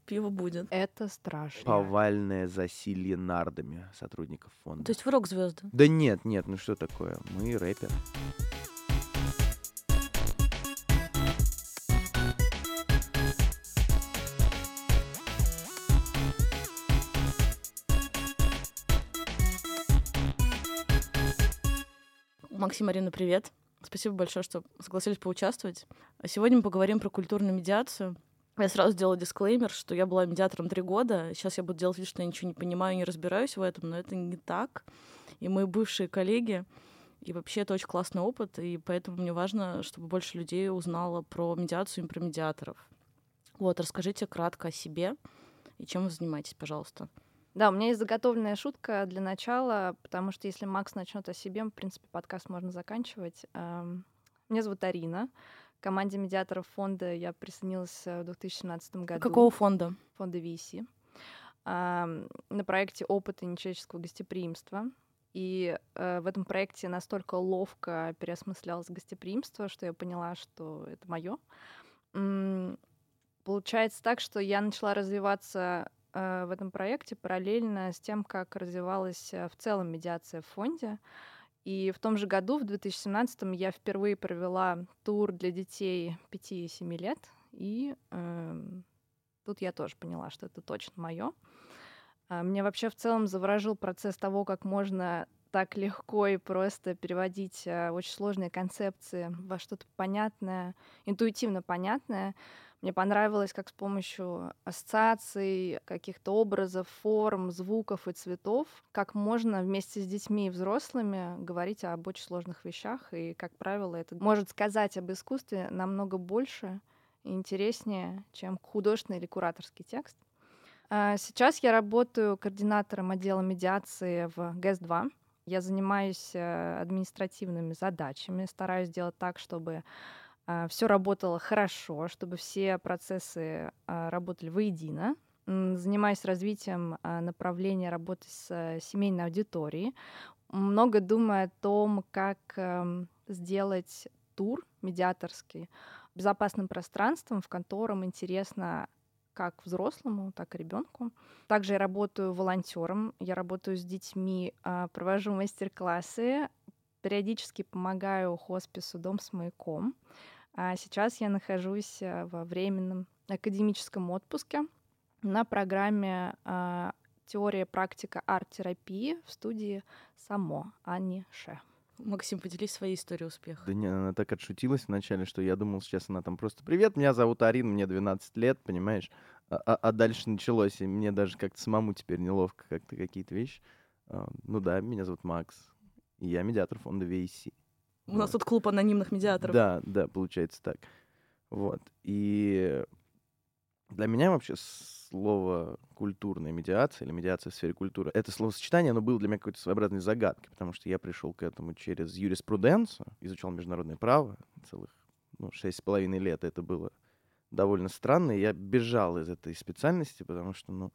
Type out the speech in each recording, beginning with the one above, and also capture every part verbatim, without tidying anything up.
пиво будет. Это страшно. Повальное засилье нардами сотрудников фонда. То есть вы рок-звезды? Да нет, нет, ну что такое? Мы рэперы. Максим, Арина, привет. Спасибо большое, что согласились поучаствовать. Сегодня мы поговорим про культурную медиацию. Я сразу сделала дисклеймер, что я была медиатором три года. Сейчас я буду делать вид, что я ничего не понимаю, не разбираюсь в этом, но это не так. И мои бывшие коллеги, и вообще это очень классный опыт, и поэтому мне важно, чтобы больше людей узнало про медиацию и про медиаторов. Вот, расскажите кратко о себе и чем вы занимаетесь, пожалуйста. Да, у меня есть заготовленная шутка для начала, потому что если Макс начнет о себе, в принципе, подкаст можно заканчивать. Эм, Меня зовут Арина. К команде медиаторов фонда я присоединилась в две тысячи семнадцатом году. Какого фонда? Фонда ви си. Эм, На проекте «Опыт и нечеловеческого гостеприимства». И э, в этом проекте настолько ловко переосмыслялось гостеприимство, что я поняла, что это мое. Получается так, что я начала развиваться э, в этом проекте параллельно с тем, как развивалась э, в целом медиация в фонде. И в том же году, в две тысячи семнадцатом, я впервые провела тур для детей пяти-семи лет. И э, тут я тоже поняла, что это точно мое. Меня вообще в целом заворожил процесс того, как можно так легко и просто переводить э, очень сложные концепции во что-то понятное, интуитивно понятное. Мне понравилось, как с помощью ассоциаций, каких-то образов, форм, звуков и цветов, как можно вместе с детьми и взрослыми говорить об очень сложных вещах. И, как правило, это может сказать об искусстве намного больше и интереснее, чем художественный или кураторский текст. Сейчас я работаю координатором отдела медиации в ГЭС два. Я занимаюсь административными задачами, стараюсь сделать так, чтобы все работало хорошо, чтобы все процессы работали воедино. Занимаюсь развитием направления работы с семейной аудиторией. Много думаю о том, как сделать тур медиаторский безопасным пространством, в котором интересно как взрослому, так и ребенку. Также я работаю волонтером, я работаю с детьми, провожу мастер-классы, периодически помогаю хоспису «Дом с маяком». А сейчас я нахожусь во временном академическом отпуске на программе «Теория, практика, арт-терапии» в студии САМО Ани Ше. Максим, поделись своей историей успеха. Да не, она так отшутилась вначале, что я думал, сейчас она там просто «Привет, меня зовут Арина, мне двенадцать лет», понимаешь? А, а, а дальше началось, и мне даже как-то самому теперь неловко как-то какие-то вещи. А, ну да, меня зовут Макс, и я медиатор фонда ви си. У вот. нас тут клуб анонимных медиаторов. Да, да, получается так. Вот. И для меня вообще слово «культурная медиация» или «медиация в сфере культуры» — это словосочетание, оно было для меня какой-то своеобразной загадкой, потому что я пришел к этому через юриспруденцию, изучал международное право целых ну, шесть с половиной лет. Это было довольно странно, и я бежал из этой специальности, потому что, ну,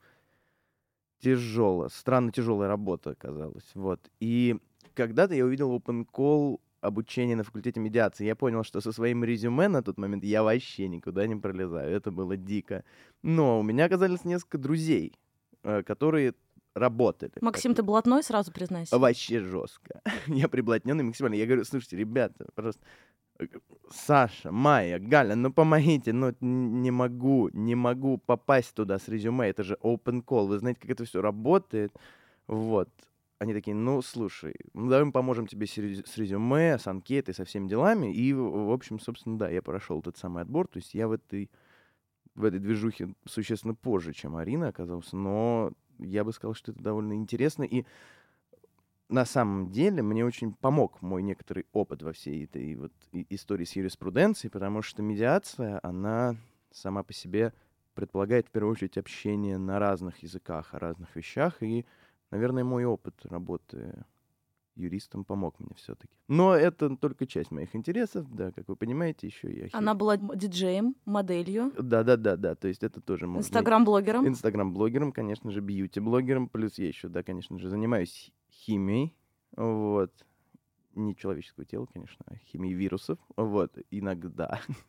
тяжело, странно тяжелая работа оказалась. Вот. И когда-то я увидел open call обучение на факультете медиации. Я понял, что со своим резюме на тот момент я вообще никуда не пролезаю. Это было дико. Но у меня оказались несколько друзей, которые работали. Максим, как... ты блатной, сразу признайся? Вообще жестко. Я приблотненный максимально. Я говорю, слушайте, ребята, просто... Саша, Майя, Галя, ну помогите, ну не могу, не могу попасть туда с резюме. Это же open call. Вы знаете, как это все работает? Вот. Они такие, ну, слушай, ну, давай мы поможем тебе с резюме, с анкетой, со всеми делами. И, в общем, собственно, да, я прошел этот самый отбор. То есть я в этой, в этой движухе существенно позже, чем Арина оказался. Но я бы сказал, что это довольно интересно. И на самом деле мне очень помог мой некоторый опыт во всей этой вот истории с юриспруденцией, потому что медиация, она сама по себе предполагает, в первую очередь, общение на разных языках, о разных вещах. И наверное, мой опыт работы юристом помог мне все-таки. Но это только часть моих интересов, да, как вы понимаете, еще я... Она была диджеем, моделью. Да-да-да-да, то есть это тоже... Инстаграм-блогером. Инстаграм-блогером, конечно же, бьюти-блогером, плюс я еще, да, конечно же, занимаюсь химией, вот. Не человеческого тела, конечно, а химией вирусов, вот, иногда,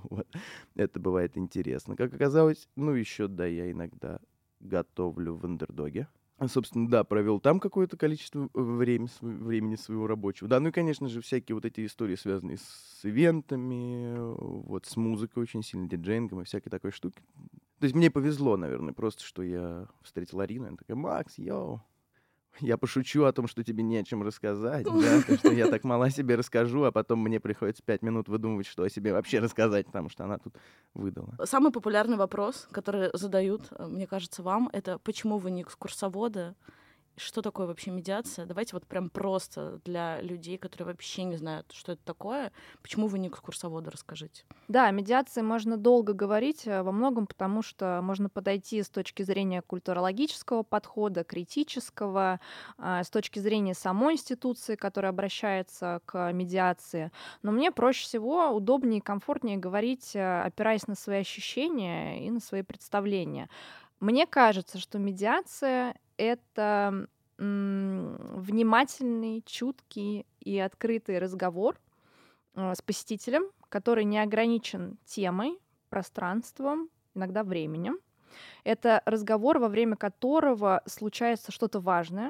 Вот. Это бывает интересно. Как оказалось, ну, еще, да, я иногда готовлю в «Андердоге». А, собственно, да, провел там какое-то количество времени, времени своего рабочего. Да, ну и, конечно же, всякие вот эти истории, связанные с ивентами, вот, с музыкой очень сильно, диджеингом и всякой такой штуки. То есть мне повезло, наверное, просто, что я встретил Арину, она такая: «Макс, йоу, я пошучу о том, что тебе не о чем рассказать, да, то, что я так мало о себе расскажу, а потом мне приходится пять минут выдумывать, что о себе вообще рассказать, потому что она тут выдала». Самый популярный вопрос, который задают, мне кажется, вам, это почему вы не экскурсоводы? Что такое вообще медиация? Давайте вот прям просто для людей, которые вообще не знают, что это такое, почему вы не экскурсоводы, расскажите. Да, о медиации можно долго говорить, во многом потому, что можно подойти с точки зрения культурологического подхода, критического, с точки зрения самой институции, которая обращается к медиации. Но мне проще всего, удобнее и комфортнее говорить, опираясь на свои ощущения и на свои представления. Мне кажется, что медиация — это м, внимательный, чуткий и открытый разговор э, с посетителем, который не ограничен темой, пространством, иногда временем. Это разговор, во время которого случается что-то важное,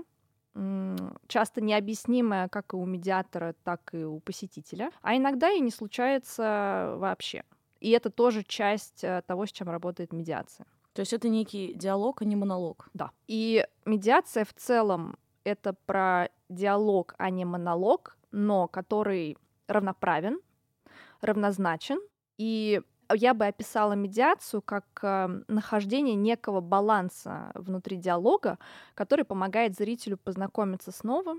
м, часто необъяснимое как и у медиатора, так и у посетителя, а иногда и не случается вообще. И это тоже часть э, того, с чем работает медиация. То есть это некий диалог, а не монолог. Да. И медиация в целом — это про диалог, а не монолог, но который равноправен, равнозначен. И я бы описала медиацию как э, нахождение некого баланса внутри диалога, который помогает зрителю познакомиться с новым,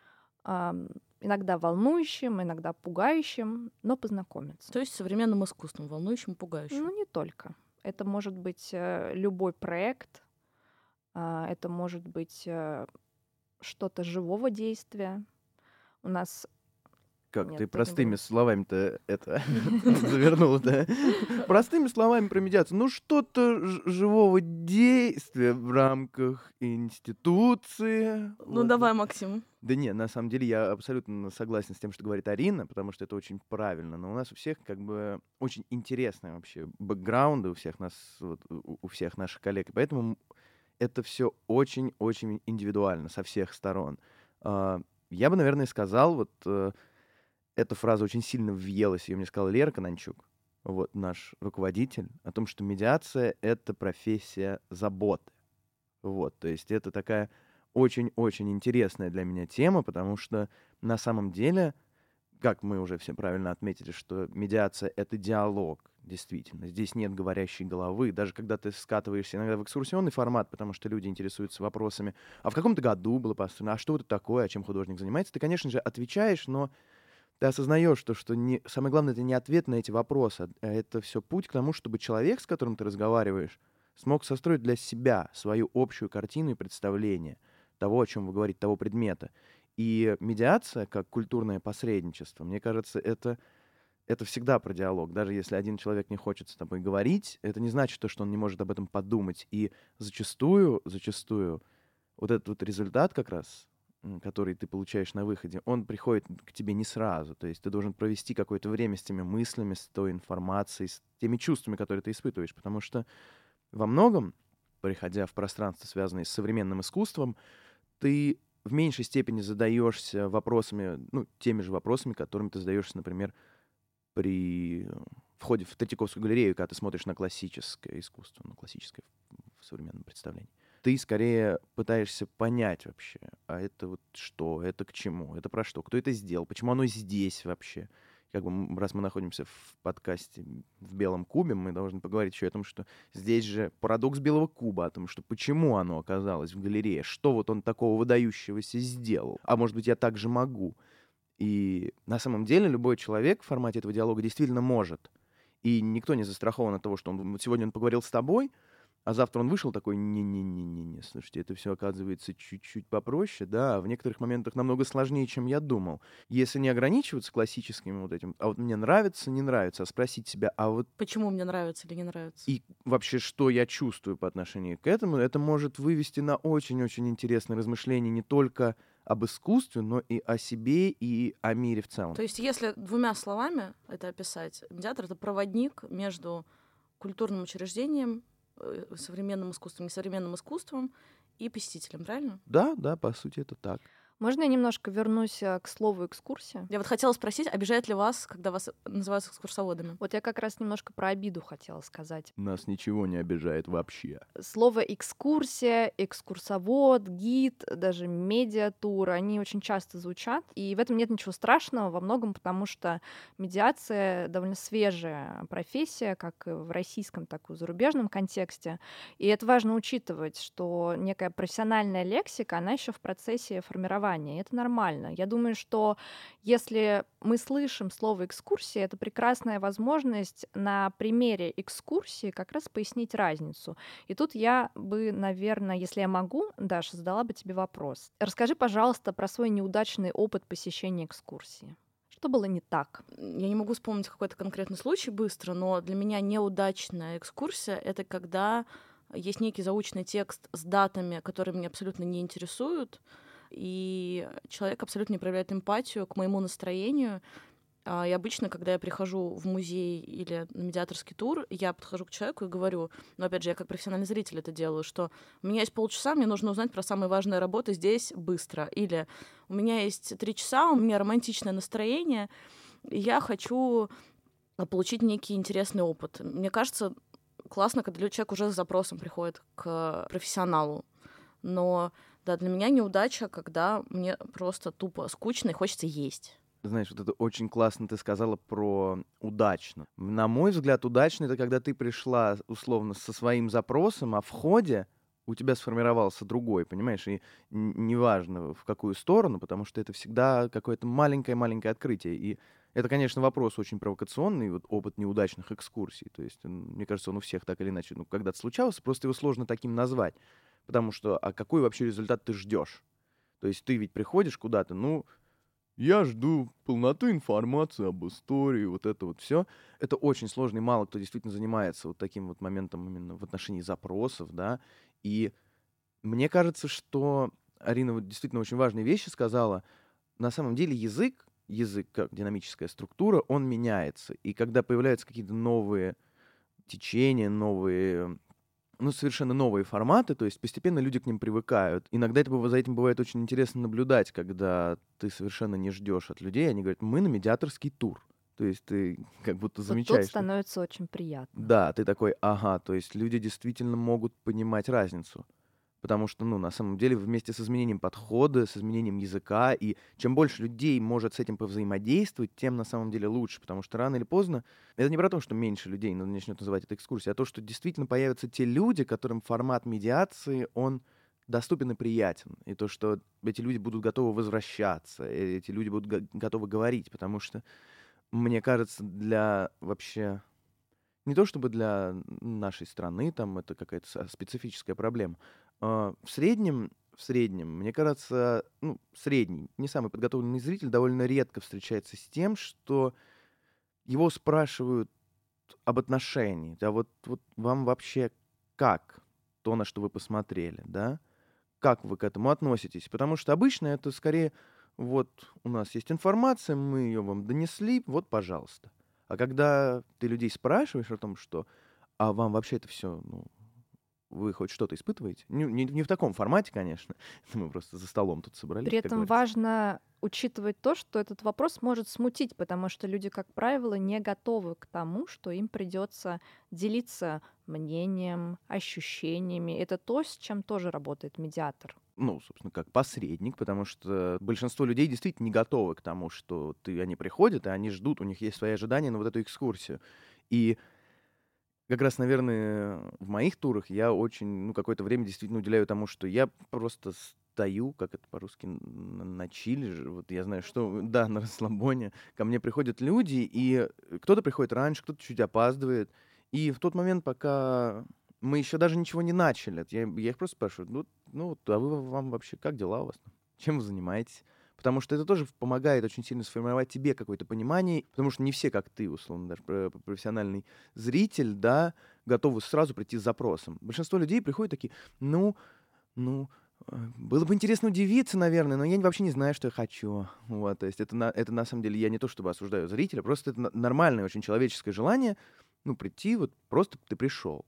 э, иногда волнующим, иногда пугающим, но познакомиться. То есть современным искусством, волнующим, пугающим. Ну, не только. Это может быть э, любой проект, э, это может быть э, что-то живого действия. У нас Как Нет, ты тут не простыми буду. словами-то это завернула-то? Простыми словами про медиацию. Ну, что-то ж- живого действия в рамках институции. Ну Вот. давай, Максим. Да не, на самом деле я абсолютно согласен с тем, что говорит Арина, потому что это очень правильно. Но у нас у всех как бы очень интересные вообще бэкграунды у всех нас, вот, у у всех наших коллег. И поэтому м, это все очень-очень индивидуально со всех сторон. А, Я бы, наверное, сказал, вот э, эта фраза очень сильно въелась, ее мне сказала Лера Кананчук, вот наш руководитель, о том, что медиация — это профессия заботы. Вот, то есть это такая очень-очень интересная для меня тема, потому что на самом деле, как мы уже все правильно отметили, что медиация — это диалог, действительно. Здесь нет говорящей головы. Даже когда ты скатываешься иногда в экскурсионный формат, потому что люди интересуются вопросами, а в каком-то году было построено, а что это такое, а чем художник занимается, ты, конечно же, отвечаешь, но ты осознаешь то, что не, самое главное — это не ответ на эти вопросы, а это все путь к тому, чтобы человек, с которым ты разговариваешь, смог состроить для себя свою общую картину и представление того, о чем вы говорите, того предмета. И медиация, как культурное посредничество, мне кажется, это, это всегда про диалог. Даже если один человек не хочет с тобой говорить, это не значит, то, что он не может об этом подумать. И зачастую, зачастую вот этот вот результат как раз, м, который ты получаешь на выходе, он приходит к тебе не сразу. То есть ты должен провести какое-то время с теми мыслями, с той информацией, с теми чувствами, которые ты испытываешь. Потому что во многом, приходя в пространство, связанное с современным искусством, ты в меньшей степени задаешься вопросами, ну, теми же вопросами, которыми ты задаешься, например, при э, входе в Третьяковскую галерею, когда ты смотришь на классическое искусство, на классическое в в современном представлении. Ты скорее пытаешься понять вообще, а это вот что, это к чему, это про что, кто это сделал, почему оно здесь вообще. Как бы, м, раз мы находимся в подкасте в «Белом кубе», мы должны поговорить еще о том, что здесь же парадокс белого куба, о том, что почему оно оказалось в галерее, что вот он такого выдающегося сделал, а может быть, я так же могу. И на самом деле любой человек в формате этого диалога действительно может. И никто не застрахован от того, что он, вот сегодня он поговорил с тобой, а завтра он вышел такой: не-не-не-не-не, слушайте, это все оказывается чуть-чуть попроще, да, а в некоторых моментах намного сложнее, чем я думал. Если не ограничиваться классическим вот этим, а вот мне нравится, не нравится, а спросить себя, а вот Почему мне нравится или не нравится? и вообще, что я чувствую по отношению к этому, это может вывести на очень-очень интересные размышления не только об искусстве, но и о себе и о мире в целом. То есть если двумя словами это описать, медиатор — это проводник между культурным учреждением, э, современным искусством, несовременным искусством и посетителем, правильно? Да, да, по сути, это так. Можно я немножко вернусь э, к слову экскурсия? Я вот хотела спросить, обижает ли вас, когда вас называют экскурсоводами? Вот я как раз немножко про обиду хотела сказать. Нас ничего не обижает вообще. Слово экскурсия, экскурсовод, гид, даже медиатур, они очень часто звучат, и в этом нет ничего страшного, во многом потому, что медиация довольно свежая профессия, как и в российском, так и в зарубежном контексте, и это важно учитывать, что некая профессиональная лексика, она еще в процессе формирования, и это нормально. Я думаю, что если мы слышим слово экскурсия, это прекрасная возможность на примере экскурсии как раз пояснить разницу. И тут я бы, наверное, если я могу, Даша, задала бы тебе вопрос. Расскажи, пожалуйста, про свой неудачный опыт посещения экскурсии. Что было не так? Я не могу вспомнить какой-то конкретный случай быстро, но для меня неудачная экскурсия — это когда есть некий заученный текст с датами, которые меня абсолютно не интересуют, и человек абсолютно не проявляет эмпатию к моему настроению. А, И обычно, когда я прихожу в музей или на медиаторский тур, я подхожу к человеку и говорю, ну, опять же, я как профессиональный зритель это делаю, что у меня есть полчаса, мне нужно узнать про самые важные работы здесь быстро. Или у меня есть три часа, у меня романтичное настроение, и я хочу а, получить некий интересный опыт. Мне кажется, классно, когда человек уже с запросом приходит к профессионалу. Но да, для меня неудача, когда мне просто тупо скучно и хочется есть. Знаешь, вот это очень классно ты сказала про удачно. На мой взгляд, удачно — это когда ты пришла, условно, со своим запросом, а в ходе у тебя сформировался другой, понимаешь? И н- неважно, в какую сторону, потому что это всегда какое-то маленькое-маленькое открытие. И это, конечно, вопрос очень провокационный, вот опыт неудачных экскурсий. То есть, м, мне кажется, он у всех так или иначе, ну, когда-то случался, просто его сложно таким назвать. Потому что, а какой вообще результат ты ждешь? То есть ты ведь приходишь куда-то, ну, я жду полноты информации об истории, вот это вот все. Это очень сложно, и мало кто действительно занимается вот таким вот моментом именно в отношении запросов, да. И мне кажется, что Арина вот действительно очень важные вещи сказала. На самом деле язык, язык как динамическая структура, он меняется. И когда появляются какие-то новые течения, новые, ну, совершенно новые форматы, то есть постепенно люди к ним привыкают. Иногда это, быва- за этим бывает очень интересно наблюдать, когда ты совершенно не ждешь от людей, они говорят, мы на медиаторский тур. То есть ты как будто Вот тут замечаешь. что- становится очень приятно. Да, ты такой, ага, то есть люди действительно могут понимать разницу. Потому что, ну, на самом деле, вместе с изменением подхода, с изменением языка, и чем больше людей может с этим повзаимодействовать, тем на самом деле лучше. Потому что рано или поздно, это не про то, что меньше людей начнет называть это экскурсией, а то, что действительно появятся те люди, которым формат медиации, он доступен и приятен. И то, что эти люди будут готовы возвращаться, и эти люди будут го- готовы говорить. Потому что, мне кажется, для вообще... Не то чтобы для нашей страны там это какая-то со- специфическая проблема. А, В среднем, в среднем, мне кажется, ну, средний, не самый подготовленный зритель довольно редко встречается с тем, что его спрашивают об отношении. Да вот, вот вам вообще как то, на что вы посмотрели, да? Как вы к этому относитесь? Потому что обычно это скорее вот у нас есть информация, мы ее вам донесли, вот, пожалуйста. А когда ты людей спрашиваешь о том, что а вам вообще это все, ну, вы хоть что-то испытываете? Не, не- не в таком формате, конечно. Мы просто за столом тут собрались, При как этом говорится. важно учитывать то, что этот вопрос может смутить, потому что люди, как правило, не готовы к тому, что им придется делиться мнением, ощущениями. Это то, с чем тоже работает медиатор. Ну, собственно, как посредник, потому что большинство людей действительно не готовы к тому, что ты, они приходят, и они ждут, у них есть свои ожидания на вот эту экскурсию. И как раз, наверное, в моих турах я очень, ну, какое-то время действительно уделяю тому, что я просто стою, как это по-русски, н- на чиле, же, вот я знаю, что, да, на расслабоне. Ко мне приходят люди, и кто-то приходит раньше, кто-то чуть опаздывает. И в тот момент, пока мы еще даже ничего не начали, я, я их просто спрашиваю, ну, ну, вот, а вы, вам вообще, как дела у вас там? Чем вы занимаетесь? Потому что это тоже помогает очень сильно сформировать тебе какое-то понимание, потому что не все, как ты, условно, даже про- профессиональный зритель, да, готовы сразу прийти с запросом. Большинство людей приходят такие, ну, ну, Было бы интересно удивиться, наверное, но я вообще не знаю, что я хочу. Вот, то есть это на, это на самом деле, я не то чтобы осуждаю зрителя, просто это нормальное, очень человеческое желание, ну, прийти, вот просто ты пришел.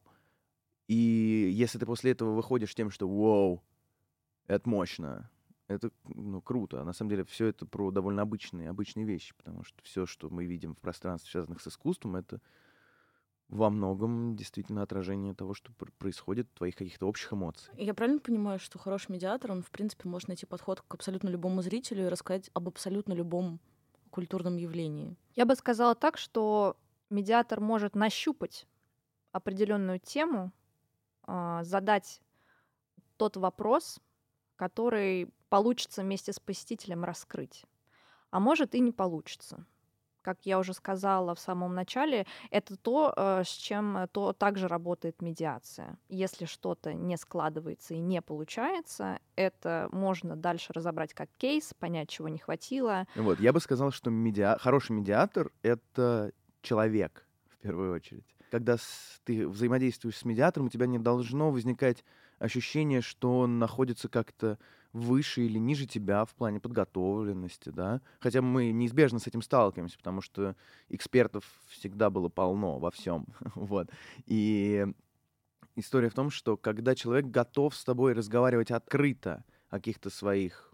И если ты после этого выходишь тем, что «Вау, это мощно», это, ну, круто. А на самом деле все это про довольно обычные, обычные вещи, потому что все, что мы видим в пространстве, связанных с искусством, это во многом действительно отражение того, что происходит, твоих каких-то общих эмоций. Я правильно понимаю, что хороший медиатор, он, в принципе, может найти подход к абсолютно любому зрителю и рассказать об абсолютно любом культурном явлении? Я бы сказала так, что медиатор может нащупать определенную тему, задать тот вопрос, который получится вместе с посетителем раскрыть. А может и не получится. Как я уже сказала в самом начале, это то, с чем то также работает медиация. Если что-то не складывается и не получается, это можно дальше разобрать как кейс, понять, чего не хватило. Вот, я бы сказал, что медиа... хороший медиатор — это человек, в первую очередь. Когда с... ты взаимодействуешь с медиатором, у тебя не должно возникать ощущение, что он находится как-то выше или ниже тебя в плане подготовленности, да. Хотя мы неизбежно с этим сталкиваемся, потому что экспертов всегда было полно во всем, вот. И история в том, что когда человек готов с тобой разговаривать открыто о каких-то своих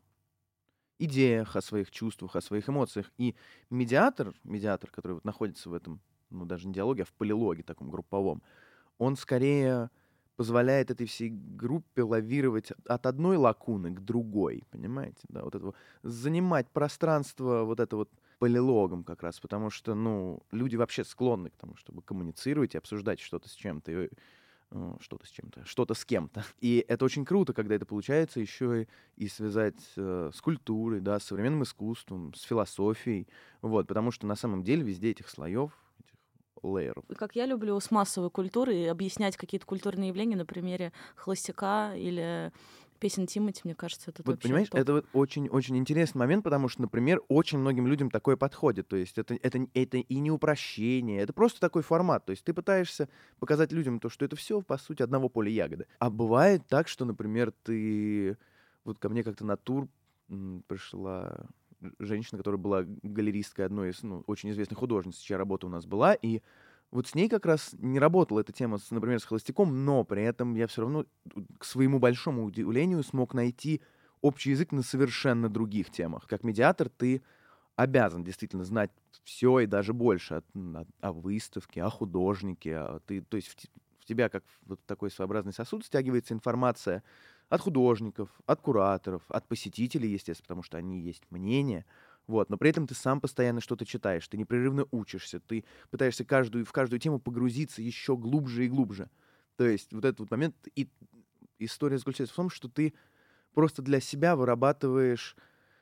идеях, о своих чувствах, о своих эмоциях, и медиатор, медиатор, который вот находится в этом, ну, даже не диалоге, а в полилоге таком групповом, он скорее позволяет этой всей группе лавировать от одной лакуны к другой, понимаете, да, вот этого, занимать пространство вот это вот полилогом как раз, потому что, ну, люди вообще склонны к тому, чтобы коммуницировать и обсуждать что-то с чем-то, и, э, что-то с чем-то, что-то с кем-то. И это очень круто, когда это получается еще и, и связать э, с культурой, да, с современным искусством, с философией, вот, потому что на самом деле везде этих слоев, лейеров. Как я люблю с массовой культурой объяснять какие-то культурные явления на примере «Холостяка» или песен Тимати, мне кажется, это вот, вообще понимаешь, топ. это вот очень-очень интересный момент, потому что, например, очень многим людям такое подходит. То есть это, это, это и не упрощение, это просто такой формат. То есть ты пытаешься показать людям то, что это все, по сути, одного поля ягоды. А бывает так, что, например, ты... Вот ко мне как-то на тур м, пришла женщина, которая была галеристкой одной из, ну, очень известных художниц, чья работа у нас была, и вот с ней как раз не работала эта тема, с, например, с холостяком, но при этом я все равно, к своему большому удивлению, смог найти общий язык на совершенно других темах. Как медиатор ты обязан действительно знать все и даже больше о, о, о выставке, о художнике. О, ты, то есть в, в тебя, как вот такой своеобразный сосуд, стягивается информация от художников, от кураторов, от посетителей, естественно, потому что они есть мнения. Вот, но при этом ты сам постоянно что-то читаешь, ты непрерывно учишься, ты пытаешься каждую, в каждую тему погрузиться еще глубже и глубже. То есть вот этот вот момент, и история заключается в том, что ты просто для себя вырабатываешь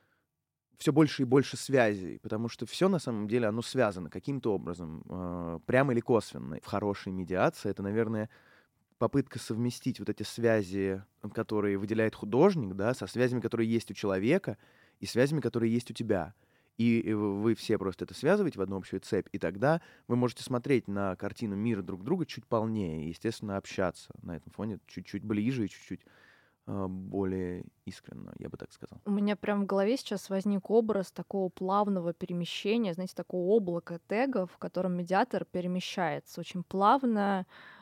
все больше и больше связей, потому что все на самом деле, оно связано каким-то образом, э, прямо или косвенно. В хорошей медиации это, наверное, попытка совместить вот эти связи, которые выделяет художник, да, со связями, которые есть у человека, и связями, которые есть у тебя. И вы все просто это связываете в одну общую цепь, и тогда вы можете смотреть на картину мира друг друга чуть полнее, и, естественно, общаться на этом фоне чуть-чуть ближе и чуть-чуть э, более искренно, я бы так сказал. У меня прям в голове сейчас возник образ такого плавного перемещения, знаете, такого облака тегов, в котором медиатор перемещается очень плавно,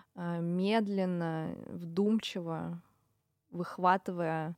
медленно, вдумчиво, выхватывая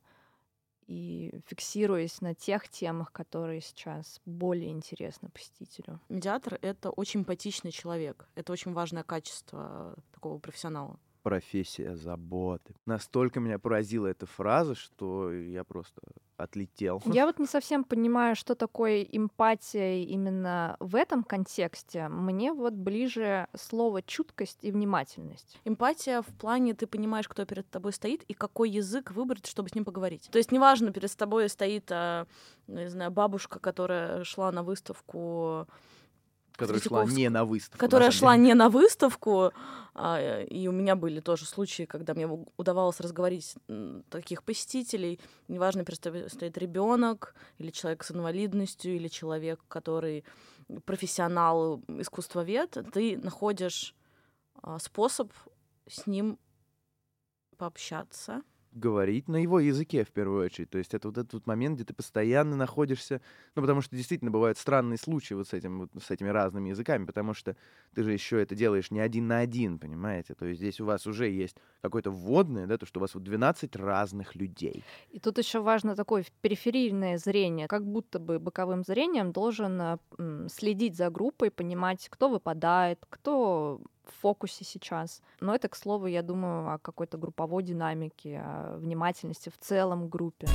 и фиксируясь на тех темах, которые сейчас более интересны посетителю. Медиатор — это очень эмпатичный человек. Это очень важное качество такого профессионала. Профессия заботы. Настолько меня поразила эта фраза, что я просто отлетел. Я вот не совсем понимаю, что такое эмпатия именно в этом контексте. Мне вот ближе слово «чуткость» и «внимательность». Эмпатия в плане ты понимаешь, кто перед тобой стоит и какой язык выбрать, чтобы с ним поговорить. То есть неважно, перед тобой стоит, не знаю, бабушка, которая шла на выставку... Которая шла не на выставку. Которая шла не на выставку, а, и у меня были тоже случаи, когда мне удавалось разговорить таких посетителей. Неважно, перед тобой стоит ребенок или человек с инвалидностью, или человек, который профессионал, искусствовед, ты находишь а, способ с ним пообщаться, говорить на его языке в первую очередь. То есть это вот этот вот момент, где ты постоянно находишься, ну, потому что действительно бывают странные случаи вот с этим, вот с этими разными языками, потому что ты же еще это делаешь не один на один, понимаете? То есть здесь у вас уже есть какое-то вводное, да, то, что у вас вот двенадцать разных людей. И тут еще важно такое периферийное зрение. Как будто бы боковым зрением должен а, м, следить за группой, понимать, кто выпадает, кто в фокусе сейчас. Но это, к слову, я думаю о какой-то групповой динамике, о внимательности в целом к группе.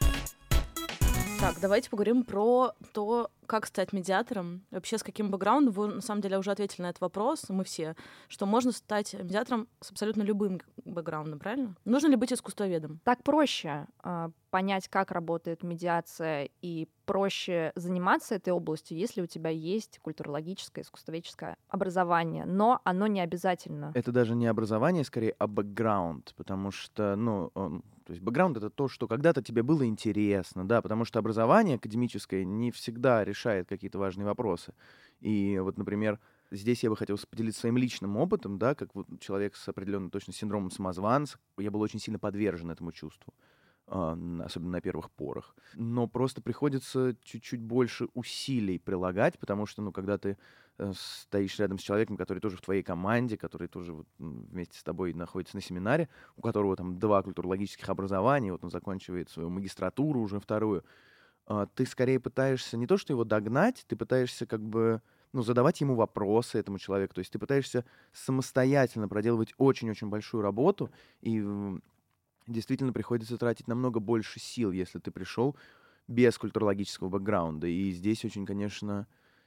Так, давайте поговорим про то, как стать медиатором. Вообще, с каким бэкграундом. Вы, на самом деле, уже ответили на этот вопрос, мы все, что можно стать медиатором с абсолютно любым бэкграундом, правильно? Нужно ли быть искусствоведом? Так проще а, понять, как работает медиация, и проще заниматься этой областью, если у тебя есть культурологическое, искусствоведческое образование. Но оно не обязательно. Это даже не образование, скорее, а бэкграунд, потому что, ну, он, то есть бэкграунд — это то, что когда-то тебе было интересно, да, потому что образование академическое не всегда решает какие-то важные вопросы. И вот, например, здесь я бы хотел поделиться своим личным опытом, да, как вот человек с определенным точно синдромом самозванца. Я был очень сильно подвержен этому чувству, а, особенно на первых порах. Но просто приходится чуть-чуть больше усилий прилагать, потому что, ну, когда ты э, стоишь рядом с человеком, который тоже в твоей команде, который тоже вот, м, вместе с тобой находится на семинаре, у которого там два культурологических образования, вот он заканчивает свою магистратуру уже вторую, а, ты скорее пытаешься не то что его догнать, ты пытаешься как бы, ну, задавать ему вопросы этому человеку. То есть ты пытаешься самостоятельно проделывать очень-очень большую работу, и м, действительно приходится тратить намного больше сил, если ты пришел без культурологического бэкграунда. И здесь очень, конечно,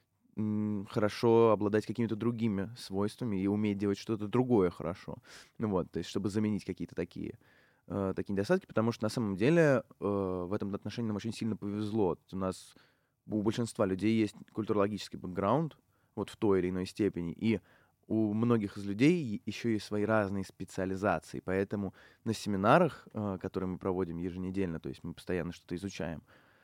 м, хорошо обладать какими-то другими свойствами и уметь делать что-то другое хорошо. Ну вот, то есть чтобы заменить какие-то такие, э, такие недостатки, потому что на самом деле э, в этом отношении нам очень сильно повезло. У нас у большинства людей есть культурологический бэкграунд, вот в той или иной степени, и у многих из людей еще есть свои разные специализации, поэтому на семинарах, э, которые мы проводим еженедельно, то есть мы постоянно что-то изучаем,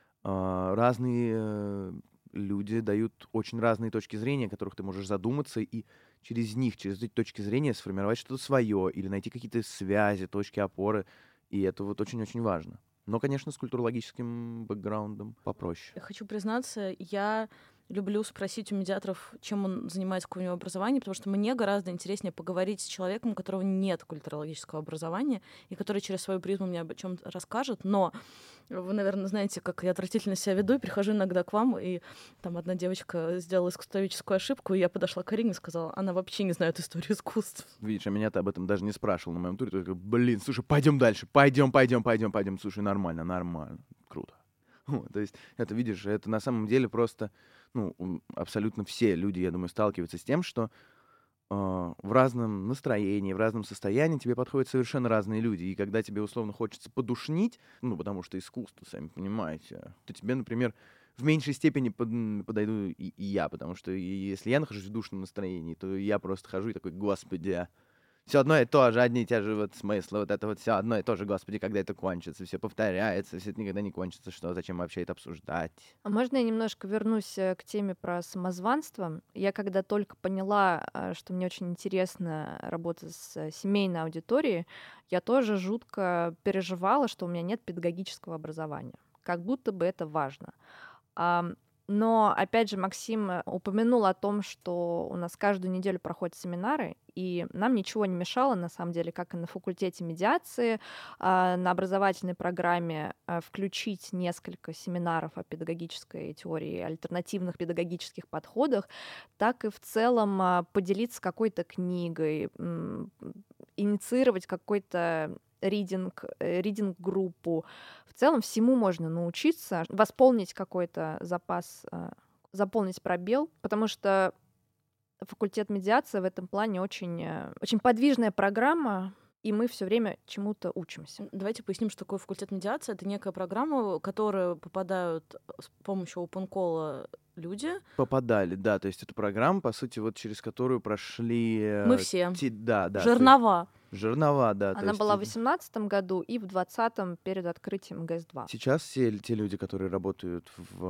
а, разные э, люди дают очень разные точки зрения, о которых ты можешь задуматься, и через них, через эти точки зрения сформировать что-то свое или найти какие-то связи, точки опоры, и это вот очень-очень важно. Но, конечно, с культурологическим бэкграундом попроще. Я хочу признаться, я люблю спросить у медиаторов, чем он занимается, какое у него образование, потому что мне гораздо интереснее поговорить с человеком, у которого нет культурологического образования, и который через свою призму мне об чем-то расскажет. Но вы, наверное, знаете, как я отвратительно себя веду, и прихожу иногда к вам, и там одна девочка сделала искусствоведческую ошибку, и я подошла к Арине и сказала, она вообще не знает историю искусств. Видишь, а меня ты об этом даже не спрашивал на моем туре. Только, блин, слушай, пойдем дальше, пойдем, пойдем, пойдем, пойдем. Слушай, нормально, нормально, круто. Вот, то есть, это, видишь, это на самом деле просто, ну, м, абсолютно все люди, я думаю, сталкиваются с тем, что э, в разном настроении, в разном состоянии тебе подходят совершенно разные люди. И когда тебе, условно, хочется подушнить, ну, потому что искусство, сами понимаете, то тебе, например, в меньшей степени под, м, подойду и, и я, потому что и если я нахожусь в душном настроении, то я просто хожу и такой, господи, все одно и то же, одни и те же вот смыслы, вот это вот все одно и то же, господи, когда это кончится, все повторяется, все это никогда не кончится, что, зачем вообще это обсуждать? А можно я немножко вернусь э, к теме про самозванство? Я когда только поняла, а, что мне очень интересно работа с э, семейной аудиторией, я тоже жутко переживала, что у меня нет педагогического образования. Как будто бы это важно. Ам, Но, опять же, Максим э, упомянул о том, что у нас каждую неделю проходят семинары, и нам ничего не мешало, на самом деле, как и на факультете медиации, а, на образовательной программе а, включить несколько семинаров о педагогической теории, альтернативных педагогических подходах, так и в целом а, поделиться какой-то книгой, м, инициировать какой-то ридинг, э, ридинг-группу. В целом всему можно научиться, восполнить какой-то запас, а, заполнить пробел, потому что факультет медиации в этом плане очень, э, очень подвижная программа, и мы все время чему-то учимся. Давайте поясним, что такое факультет медиации. Это некая программа, в которую попадают с помощью OpenCall люди. Попадали, да, то есть это программа, по сути, вот через которую прошли... э, Мы все. те- да, да. то есть Жернова. Жернова, да. то Она есть была и- в восемнадцатом году и в двадцатом перед открытием ГЭС два. Сейчас все те люди, которые работают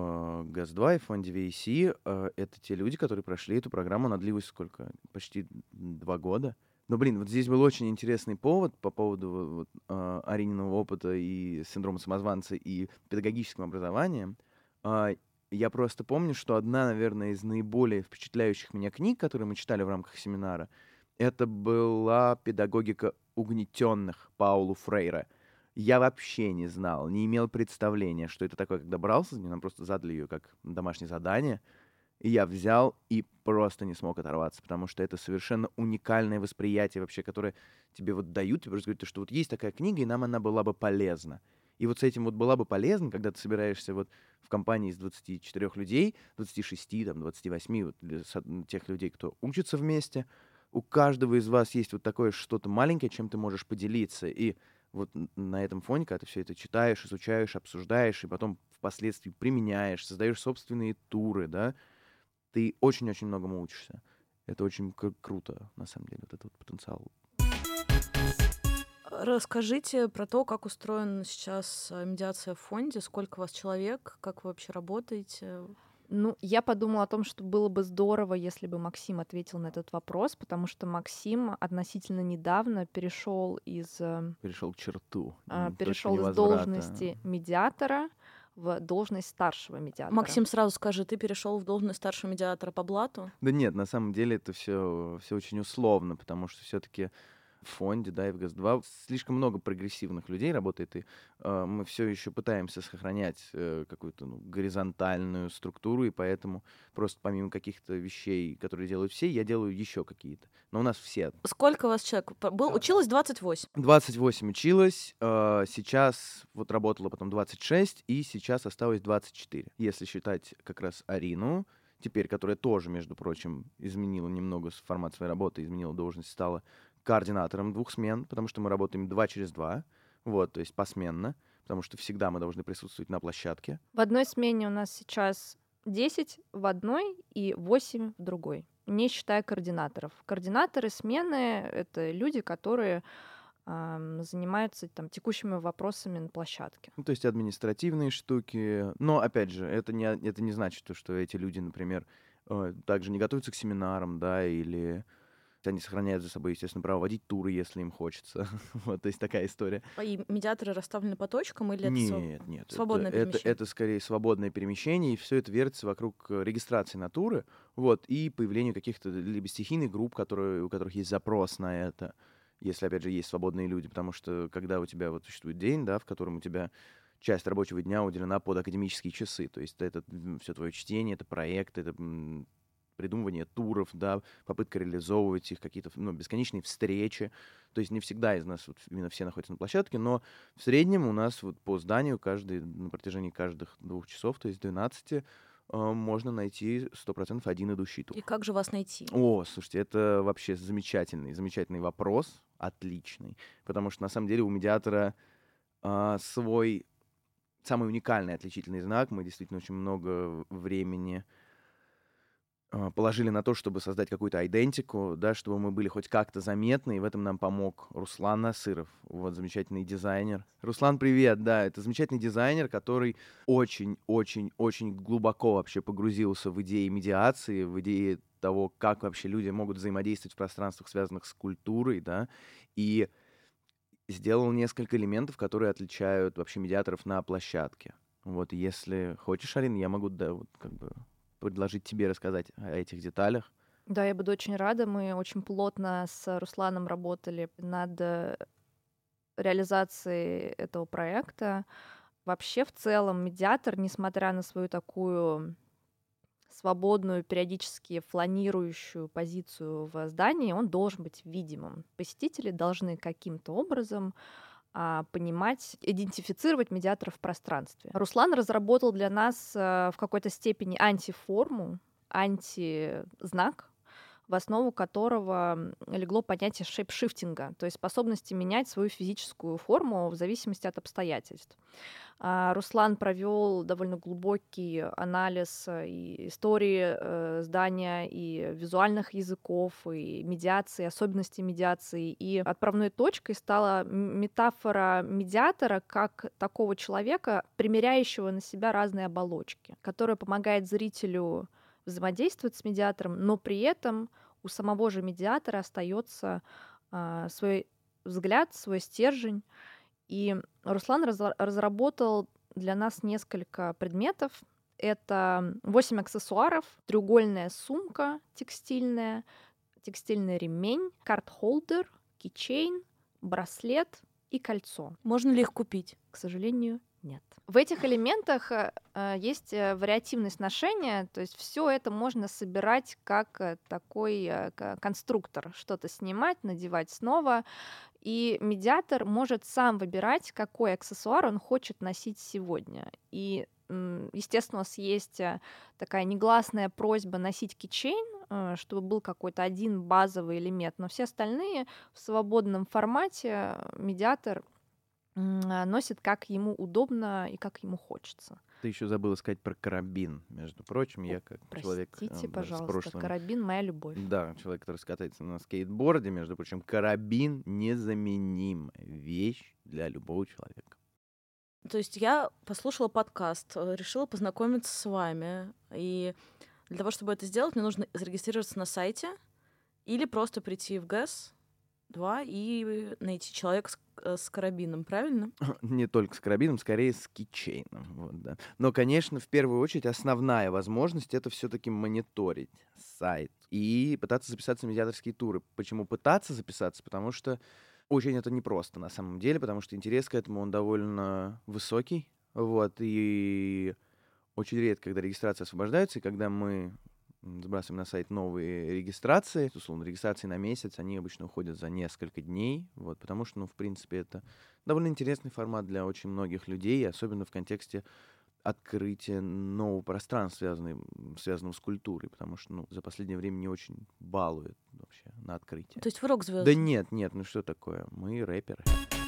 в ГЭС два и в фонде ви эй си, э, это те люди, которые прошли эту программу. Она длилась сколько? Почти два года. Но, блин, вот здесь был очень интересный повод по поводу... вот, э, Арининого опыта и синдрома самозванца, и педагогическим образованием, а, я просто помню, что одна, наверное, из наиболее впечатляющих меня книг, которые мы читали в рамках семинара, это была «Педагогика угнетенных» Паулу Фрейра. Я вообще не знал, не имел представления, что это такое, когда брался, нам просто задали ее как домашнее задание, и я взял и просто не смог оторваться, потому что это совершенно уникальное восприятие вообще, которое тебе вот дают, тебе просто говорят, что вот есть такая книга, и нам она была бы полезна. И вот с этим вот была бы полезна, когда ты собираешься вот в компании из двадцати четырёх людей, двадцати шести, там, двадцати восьми, вот, тех людей, кто учится вместе, у каждого из вас есть вот такое что-то маленькое, чем ты можешь поделиться. И вот на этом фоне, когда ты все это читаешь, изучаешь, обсуждаешь, и потом впоследствии применяешь, создаешь собственные туры, да, ты очень-очень многому учишься. Это очень кру- круто, на самом деле, вот этот вот потенциал. Расскажите про то, как устроена сейчас э, медиация в фонде, сколько у вас человек, как вы вообще работаете. Ну, я подумала о том, что было бы здорово, если бы Максим ответил на этот вопрос, потому что Максим относительно недавно перешел из э, Перешел к черту, а, м, точка перешел из невозврата. должности медиатора в должность старшего медиатора. Максим, сразу скажи, ты перешел в должность старшего медиатора по блату? Да нет, на самом деле это все, все очень условно, потому что все-таки в фонде, да, и в ГЭС-два слишком много прогрессивных людей работает, и э, мы все еще пытаемся сохранять э, какую-то ну, горизонтальную структуру, и поэтому просто помимо каких-то вещей, которые делают все, я делаю еще какие-то. Но у нас все. Сколько у вас человек? П- Был, училось двадцать восемь. двадцать восемь училась, э, сейчас вот работала потом двадцать шесть, и сейчас осталось двадцать четыре. Если считать как раз Арину, теперь, которая тоже, между прочим, изменила немного с- формат своей работы, изменила должность, стала координатором двух смен, потому что мы работаем два через два, вот, то есть посменно, потому что всегда мы должны присутствовать на площадке. В одной смене у нас сейчас десять в одной и восемь в другой, не считая координаторов. Координаторы смены — это люди, которые ам, занимаются там текущими вопросами на площадке. Ну, то есть административные штуки. Но, опять же, это не, это не значит, то, что эти люди, например, э, также не готовятся к семинарам, да, или они сохраняют за собой, естественно, право водить туры, если им хочется. Вот, то есть такая история. А И медиаторы расставлены по точкам или это св- Нет, нет. Это, свободное это, перемещение? это скорее свободное перемещение, и все это вертится вокруг э, регистрации на туры, вот, и появления каких-то либо стихийных групп, которые, у которых есть запрос на это, если, опять же, есть свободные люди, потому что когда у тебя вот существует день, да, в котором у тебя часть рабочего дня уделена под академические часы, то есть это все твое чтение, это проект, это м, придумывание туров, да, попытка реализовывать их, какие-то ну, бесконечные встречи. То есть не всегда из нас вот именно все находятся на площадке, но в среднем у нас вот по зданию каждый, на протяжении каждых двух часов, то есть двенадцати, э, можно найти сто процентов один идущий тур. И как же вас найти? О, слушайте, это вообще замечательный, замечательный вопрос, отличный, потому что на самом деле у медиатора а, свой самый уникальный отличительный знак. Мы действительно очень много времени а, положили на то, чтобы создать какую-то идентику, да, чтобы мы были хоть как-то заметны, и в этом нам помог Руслан Насыров, вот замечательный дизайнер. Руслан, привет, да, это замечательный дизайнер, который очень-очень-очень глубоко вообще погрузился в идеи медиации, в идеи того, как вообще люди могут взаимодействовать в пространствах, связанных с культурой, да, и сделал несколько элементов, которые отличают вообще медиаторов на площадке. Вот, если хочешь, Арин, я могу, да, вот как бы предложить тебе рассказать о этих деталях. Да, я буду очень рада. Мы очень плотно с Русланом работали над э, реализацией этого проекта. Вообще, в целом, медиатор, несмотря на свою такую свободную, периодически фланирующую позицию в здании, он должен быть видимым. Посетители должны каким-то образом а, понимать, идентифицировать медиатора в пространстве. Руслан разработал для нас а, в какой-то степени антиформу, антизнак, в основу которого легло понятие шейпшифтинга, то есть способности менять свою физическую форму в зависимости от обстоятельств. А, Руслан провел довольно глубокий анализ э, и истории э, здания, и визуальных языков, и медиации, особенностей медиации. И отправной точкой стала м- метафора медиатора как такого человека, примеряющего на себя разные оболочки, которая помогает зрителю взаимодействовать с медиатором, но при этом у самого же медиатора остается а, свой взгляд, свой стержень. И Руслан разра- разработал для нас несколько предметов. Это восемь аксессуаров, треугольная сумка текстильная, текстильный ремень, карт-холдер, кичейн, браслет и кольцо. Можно ли их купить? К сожалению, нет. В этих элементах э, э, есть э, вариативность ношения, то есть все это можно собирать как э, такой э, к- конструктор, что-то снимать, надевать снова, и медиатор может сам выбирать, какой аксессуар он хочет носить сегодня. И, м, естественно, у нас есть э, такая негласная просьба носить кичейн, э, чтобы был какой-то один базовый элемент, но все остальные в свободном формате э, медиатор м, а, носит как ему удобно и как ему хочется. Ты еще забыла сказать про карабин, между прочим. Я как человек э, Простите, да, с пожалуйста, прошлым... карабин — моя любовь. Да, человек, который катается на скейтборде, между прочим, карабин — незаменимая вещь для любого человека. То есть я послушала подкаст, э, решила познакомиться с вами. И для того, чтобы это сделать, мне нужно зарегистрироваться на сайте или просто прийти в ГЭС два и найти человека с, э, с карабином, правильно? Не только с карабином, скорее с кичейном. Вот, да. Но, конечно, в первую очередь основная возможность — это все-таки мониторить сайт и пытаться записаться на медиаторские туры. Почему пытаться записаться? Потому что очень это непросто на самом деле, потому что интерес к этому, он довольно высокий. Вот, и очень редко, когда регистрация освобождается, и когда мы м, сбрасываем на сайт новые регистрации, условно, регистрации на месяц, они обычно уходят за несколько дней, вот, потому что, ну, в принципе, это довольно интересный формат для очень многих людей, особенно в контексте открытия нового пространства, связанного, связанного с культурой, потому что, ну, за последнее время не очень балует вообще на открытие. То есть вы рок-звезды? Да нет, нет, ну что такое, мы рэперы.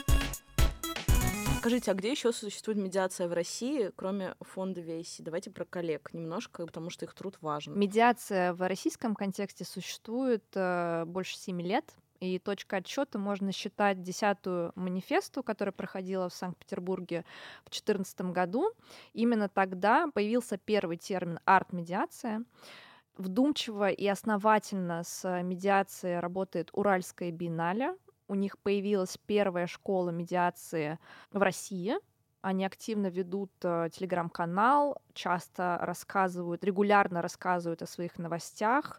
Скажите, а где еще существует медиация в России, кроме фонда ви ай си? Давайте про коллег немножко, потому что их труд важен. Медиация в российском контексте существует э, больше семи лет, и точка отсчета можно считать десятую манифесту, которая проходила в Санкт-Петербурге в две тысячи четырнадцатом году. Именно тогда появился первый термин «арт-медиация». Вдумчиво и основательно с медиацией работает Уральская биеннале. У них появилась первая школа медиации в России. Они активно ведут э, телеграм-канал, часто рассказывают, регулярно рассказывают о своих новостях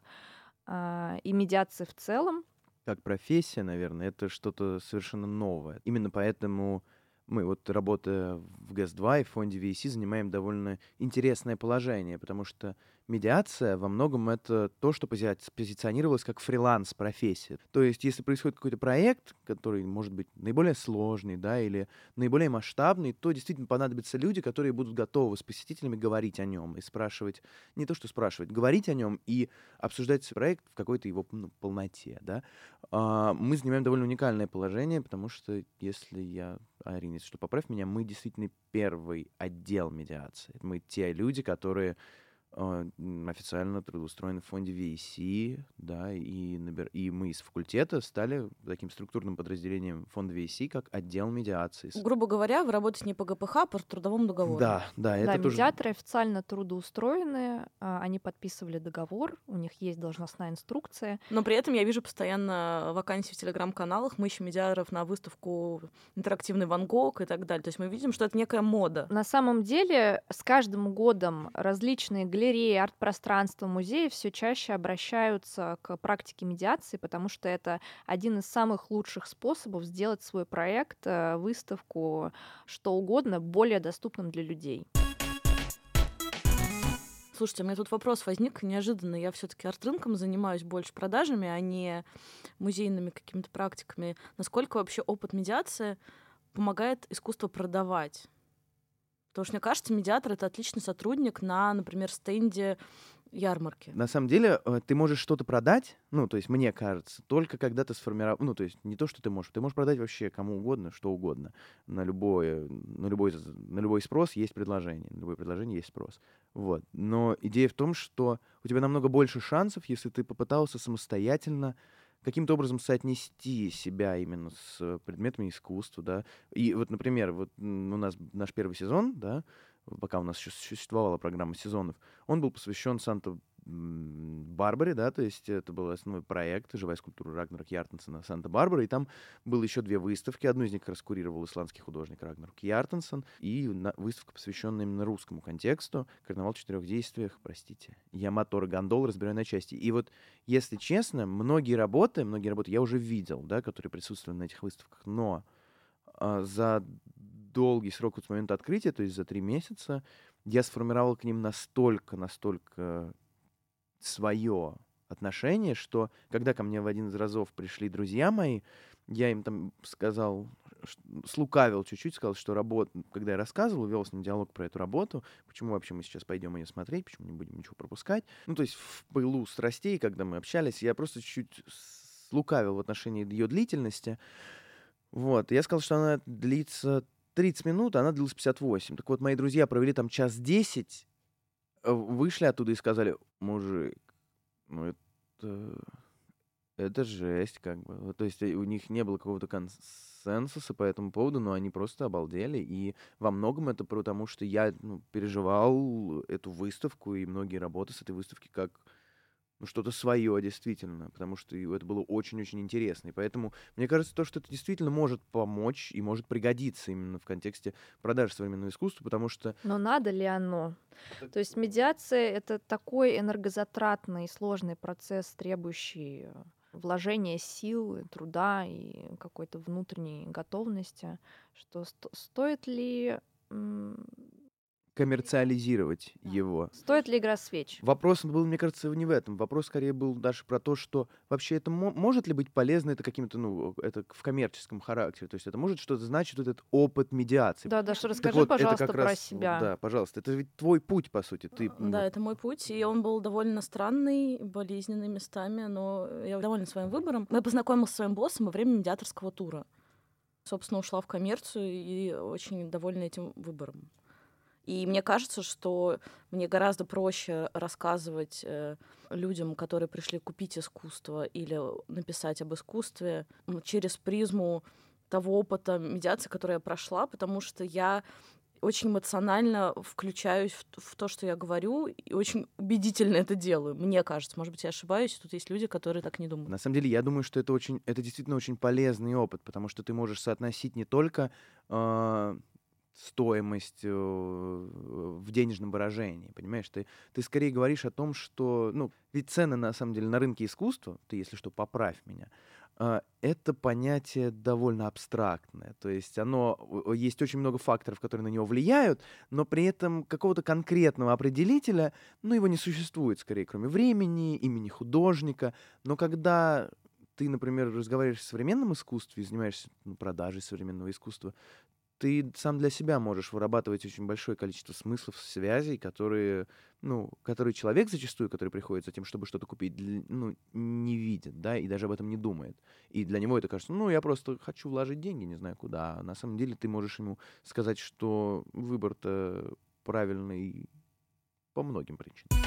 э, и медиации в целом. Как профессия, наверное, это что-то совершенно новое. Именно поэтому мы, вот работая в ГЭС два и в фонде ви ай си, занимаем довольно интересное положение, потому что медиация во многом это то, что пози- позиционировалось как фриланс-профессия. То есть, если происходит какой-то проект, который может быть наиболее сложный, да, или наиболее масштабный, то действительно понадобятся люди, которые будут готовы с посетителями говорить о нем и спрашивать, не то что спрашивать, говорить о нем и обсуждать проект в какой-то его ну, полноте, да. А, мы занимаем довольно уникальное положение, потому что, если я, Арина, если что, поправь меня, мы действительно первый отдел медиации. Мы те люди, которые э, м, официально трудоустроены в фонде ви ай си, да, и, набер- и мы из факультета стали таким структурным подразделением фонда ви ай си, как отдел медиации. С- Грубо говоря, вы работаете не по гэ пэ ха, а по трудовому договору. Да, да, это Да, тоже... медиаторы официально трудоустроены, а, они подписывали договор, у них есть должностная инструкция. Но при этом я вижу постоянно вакансии в телеграм-каналах, мы ищем медиаторов на выставку «Интерактивный Ван Гог» и так далее. То есть мы видим, что это некая мода. На самом деле, с каждым годом различные галереи, арт-пространства, музеи все чаще обращаются к практике медиации, потому что это один из самых лучших способов сделать свой проект, э, выставку, что угодно, более доступным для людей. Слушайте, у меня тут вопрос возник неожиданно. Я все-таки арт-рынком занимаюсь больше продажами, а не музейными какими-то практиками. Насколько вообще опыт медиации помогает искусство продавать? Потому что, мне кажется, медиатор — это отличный сотрудник на, например, стенде ярмарки. На самом деле, э, ты можешь что-то продать, ну, то есть, мне кажется, только когда ты сформировал, ну, то есть, не то, что ты можешь, ты можешь продать вообще кому угодно, что угодно. На любое, на любой, з- на любой спрос есть предложение, на любое предложение есть спрос. Вот. Но идея в том, что у тебя намного больше шансов, если ты попытался самостоятельно каким-то образом соотнести себя именно с э, предметами искусства, да. И вот, например, вот м, у нас наш первый сезон, да, пока у нас еще существовала программа сезонов, он был посвящен Санта Санта-Барбаре, да, то есть это был основной проект «Живая скульптура Рагнара Кьяртенсена» Санта-Барбара, и там было еще две выставки. Одну из них как раз курировал исландский художник Рагнар Кьяртенсен, и выставка, посвященная именно русскому контексту, «Карнавал в четырех действиях», простите, «Я мотор и гондол разбираю на части». И вот, если честно, многие работы, многие работы я уже видел, да, которые присутствовали на этих выставках, но а, за долгий срок вот с момента открытия, то есть за три месяца, я сформировал к ним настолько, настолько свое отношение, что когда ко мне в один из разов пришли друзья мои, я им там сказал, слукавил чуть-чуть, сказал, что работа, когда я рассказывал, вел с ним диалог про эту работу, почему вообще мы сейчас пойдем ее смотреть, почему не будем ничего пропускать. Ну, то есть в пылу страстей, когда мы общались, я просто чуть-чуть слукавил в отношении ее длительности. Вот, я сказал, что она длится тридцать минут, а она длилась пятьдесят восемь. Так вот, мои друзья провели там час десять, вышли оттуда и сказали: мужик, ну это, это жесть, как бы. Вот, то есть у них не было какого-то консенсуса по этому поводу, но они просто обалдели. И во многом это потому, что я ну, переживал эту выставку и многие работы с этой выставки как ну, что-то свое, действительно, потому что это было очень-очень интересно. И поэтому, мне кажется, то, что это действительно может помочь и может пригодиться именно в контексте продажи современного искусства, потому что... Но надо ли оно? То есть медиация — это такой энергозатратный и сложный процесс, требующий вложения сил, труда и какой-то внутренней готовности, что сто- стоит ли... м, коммерциализировать да. его. Стоит ли игра свеч? Вопрос был, мне кажется, не в этом. Вопрос скорее был даже про то, что вообще это мо- может ли быть полезно это каким-то, ну, это в коммерческом характере. То есть это может что-то значить, вот этот опыт медиации. Да, Даша, Так расскажи, вот, это пожалуйста, как про раз, вот, себя. да, пожалуйста, это ведь твой путь, по сути. Ты, ну, Да, это мой путь, и он был довольно странный, болезненный местами, но я довольна своим выбором. Я познакомилась со своим боссом во время медиаторского тура. Собственно, ушла в коммерцию и очень довольна этим выбором. И мне кажется, что мне гораздо проще рассказывать э, людям, которые пришли купить искусство или написать об искусстве, м, через призму того опыта медиации, который я прошла, потому что я очень эмоционально включаюсь в, т- в то, что я говорю, и очень убедительно это делаю. Мне кажется, может быть, я ошибаюсь, тут есть люди, которые так не думают. на самом деле, я думаю, что это очень, это действительно очень полезный опыт, потому что ты можешь соотносить не только а, стоимость э, в денежном выражении, понимаешь? Ты, ты скорее говоришь о том, что, ну, ведь цены, на самом деле, на рынке искусства, ты, если что, поправь меня, а, это понятие довольно абстрактное. То есть оно, о- есть очень много факторов, которые на него влияют, но при этом какого-то конкретного определителя, ну, его не существует, скорее, кроме времени, имени художника. Но когда ты, например, разговариваешь в современном искусстве и занимаешься ну, продажей современного искусства, ты сам для себя можешь вырабатывать очень большое количество смыслов, связей, которые, ну, которые человек зачастую, который приходит за тем, чтобы что-то купить, дл- ну, не видит, да, и даже об этом не думает. И для него это кажется, ну, я просто хочу вложить деньги, не знаю куда. А на самом деле ты можешь ему сказать, что выбор-то правильный по многим причинам.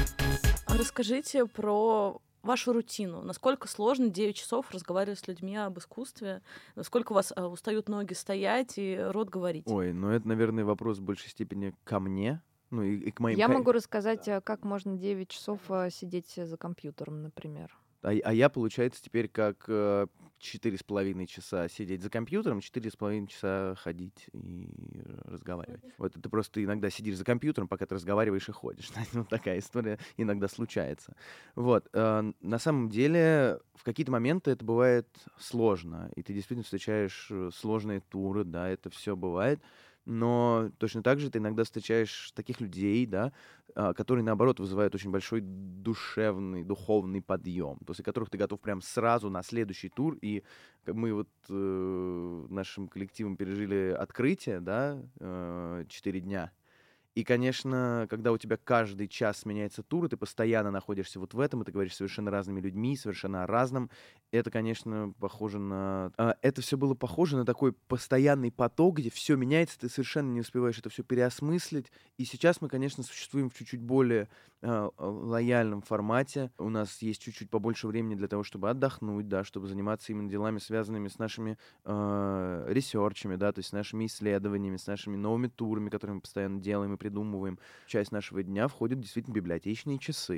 А расскажите про вашу рутину. Насколько сложно девять часов разговаривать с людьми об искусстве? Насколько у вас а, устают ноги стоять и рот говорить? Ой, ну это, наверное, вопрос в большей степени ко мне, ну и, и к моим... Я ко- могу рассказать, э, как можно девять часов э, сидеть за компьютером, например. А, я- а я, получается, теперь как э, четыре с половиной часа сидеть за компьютером, четыре с половиной часа ходить и разговаривать. Вот ты просто иногда сидишь за компьютером, пока ты разговариваешь и ходишь. Вот такая история иногда случается. Вот. э, На самом деле, в какие-то моменты это бывает сложно, и ты действительно встречаешь э, сложные туры, да, это все бывает. Но точно так же ты иногда встречаешь таких людей, да, а, которые, наоборот, вызывают очень большой душевный, духовный подъем, после которых ты готов прям сразу на следующий тур. И как мы вот э, нашим коллективом пережили открытие, да, э, четыре дня. И, конечно, когда у тебя каждый час меняется тур, и ты постоянно находишься вот в этом, и ты говоришь с совершенно разными людьми, совершенно о разном, это, конечно, похоже на... а, Это все было похоже на такой постоянный поток, где все меняется, ты совершенно не успеваешь это все переосмыслить. И сейчас мы, конечно, существуем в чуть-чуть более а, а, лояльном формате. У нас есть чуть-чуть побольше времени для того, чтобы отдохнуть, да, чтобы заниматься именно делами, связанными с нашими э, ресерчами, да, то есть с нашими исследованиями, с нашими новыми турами, которые мы постоянно делаем и придумываем. Часть нашего дня входит действительно в библиотечные часы.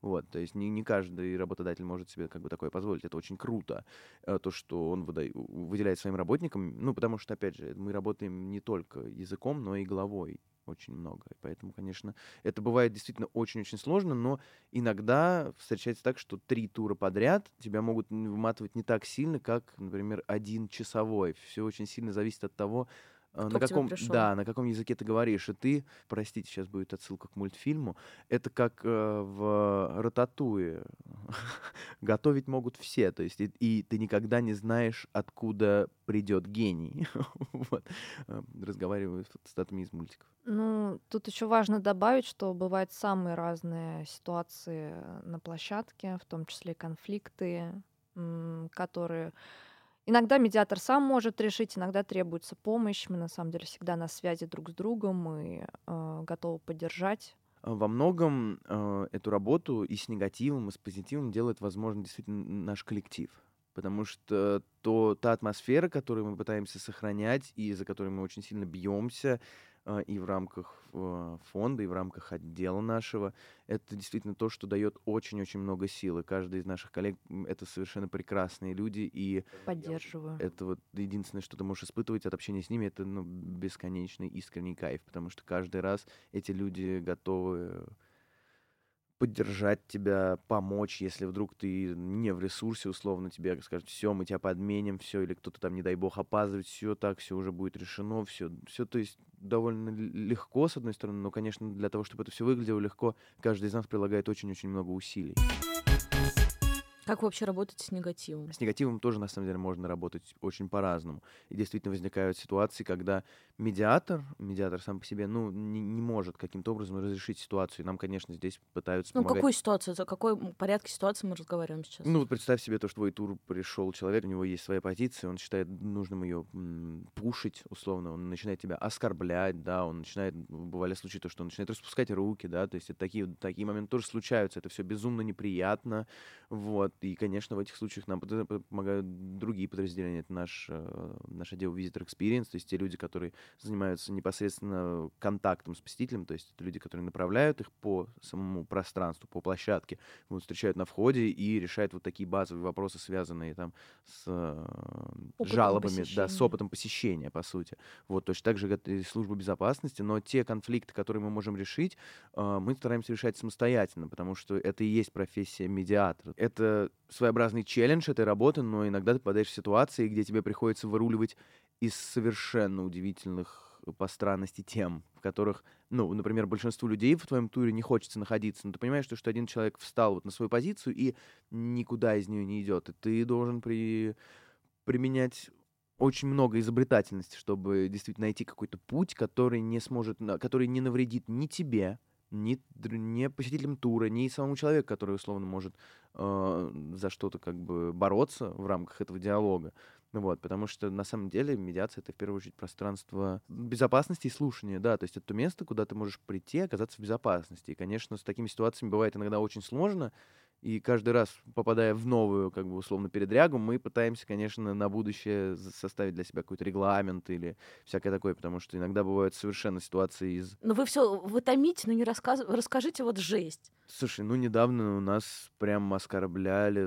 Вот, то есть не, не каждый работодатель может себе как бы такое позволить. Это очень круто, э, то, что он выда- выделяет своим работникам. Ну, потому что, опять же, мы работаем не только языком, но и головой очень много. И поэтому, конечно, это бывает действительно очень-очень сложно, но иногда встречается так, что три тура подряд тебя могут н- выматывать не так сильно, как, например, один часовой. Все очень сильно зависит от того, э, Кто на к тебе каком, пришел? да, на каком языке ты говоришь. И ты, простите, сейчас будет отсылка к мультфильму, это как э, в «Рататуе». Готовить могут все, то есть и, и ты никогда не знаешь, откуда придет гений. Вот. Э, Разговариваю с цитатами из мультиков. Ну, тут еще важно добавить, что бывают самые разные ситуации на площадке, в том числе конфликты, м, которые иногда медиатор сам может решить, иногда требуется помощь. Мы на самом деле всегда на связи друг с другом и э, готовы поддержать. А, Во многом э, эту работу и с негативом, и с позитивом делает, возможно, действительно наш коллектив. Потому что то, та атмосфера, которую мы пытаемся сохранять и за которой мы очень сильно бьемся э, и в рамках э, фонда, и в рамках отдела нашего, это действительно то, что дает очень-очень много сил. И каждый из наших коллег м, это совершенно прекрасные люди, и Поддерживаю. это вот единственное, что ты можешь испытывать от общения с ними, это ну, бесконечный искренний кайф, потому что каждый раз эти люди готовы поддержать тебя, помочь, если вдруг ты не в ресурсе, условно, тебе скажут, все, мы тебя подменим, все, или кто-то там, не дай бог, опаздывает, все так, все уже будет решено, все, все, то есть довольно л- легко, с одной стороны, но, конечно, для того, чтобы это все выглядело легко, каждый из нас прилагает очень-очень много усилий. Как вы вообще работаете с негативом? С негативом тоже, на самом деле, можно работать очень по-разному. И действительно возникают ситуации, когда медиатор, медиатор сам по себе, ну, не, не может каким-то образом разрешить ситуацию. И нам, конечно, здесь пытаются Ну, помогать. какую ситуацию, за какой м, порядке ситуации мы разговариваем сейчас? Ну, вот представь себе то, что в твой тур пришел человек, у него есть своя позиция, он считает нужным ее м, пушить, условно, он начинает тебя оскорблять, да, он начинает, ну, бывали случаи, то, что он начинает распускать руки, да, то есть это такие, такие моменты тоже случаются, это все безумно неприятно, вот, и, конечно, в этих случаях нам под- под- помогают другие подразделения, это наш, э, наш отдел Visitor Experience, то есть те люди, которые занимаются непосредственно контактом с посетителем, то есть это люди, которые направляют их по самому пространству, по площадке, вот, встречают на входе и решают вот такие базовые вопросы, связанные там с э, Опытом жалобами, да, с посещения. опытом посещения, по сути. Вот, точно так же, как и служба безопасности, но те конфликты, которые мы можем решить, э, мы стараемся решать самостоятельно, потому что это и есть профессия медиатора. Это своеобразный челлендж этой работы, но иногда ты попадаешь в ситуации, где тебе приходится выруливать из совершенно удивительных по странности тем, в которых, ну, например, большинству людей в твоем туре не хочется находиться, но ты понимаешь, что, что один человек встал вот на свою позицию и никуда из нее не идет, и ты должен при... применять очень много изобретательности, чтобы действительно найти какой-то путь, который не сможет, на- который не навредит ни тебе, ни, др- ни посетителям тура, ни самому человеку, который условно может э, за что-то как бы бороться в рамках этого диалога. Ну вот, потому что на самом деле медиация — это в первую очередь пространство безопасности и слушания, да, то есть это то место, куда ты можешь прийти, оказаться в безопасности. И, конечно, с такими ситуациями бывает иногда очень сложно, и каждый раз, попадая в новую, как бы, условно, передрягу, мы пытаемся, конечно, на будущее з- составить для себя какой-то регламент или всякое такое, потому что иногда бывают совершенно ситуации из... Но вы все, вы томите, но не рассказывайте. Расскажите вот жесть. Слушай, ну недавно у нас прям оскорбляли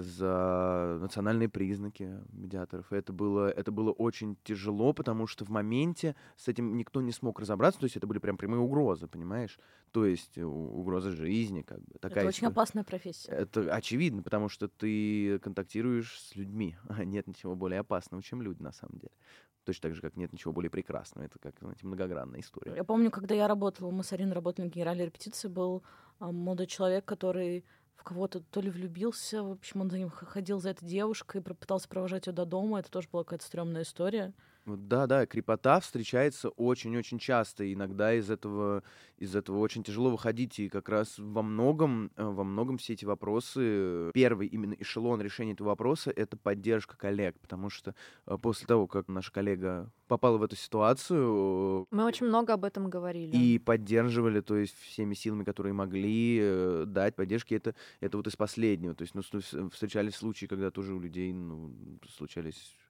за национальные признаки медиаторов. И это было, это было очень тяжело, потому что в моменте с этим никто не смог разобраться. То есть это были прям прямые угрозы, понимаешь? То есть у- угроза жизни, как бы, Это такая очень ситуация. опасная профессия. Это очевидно, потому что ты контактируешь с людьми. А нет ничего более опасного, чем люди, на самом деле. Точно так же, как нет ничего более прекрасного. Это, как, знаете, многогранная история. Я помню, когда я работала, мы с Ариной работали на генеральной репетиции, был а, молодой человек, который в кого-то то ли влюбился, в общем, он за ним х- ходил за этой девушкой, про- пытался провожать ее до дома. Это тоже была какая-то стрёмная история. Вот да, да, крепота встречается очень-очень часто. И иногда из этого, из этого очень тяжело выходить. И как раз во многом, э, во многом все эти вопросы, э, первый именно эшелон решения этого вопроса — это поддержка коллег. Потому что э, после того, как наша коллега попала в эту ситуацию, Мы очень много об этом говорили. и поддерживали, то есть всеми силами, которые могли э, дать поддержки, это, это вот из последнего. То есть, ну, с- встречались случаи, когда тоже у людей, ну, случались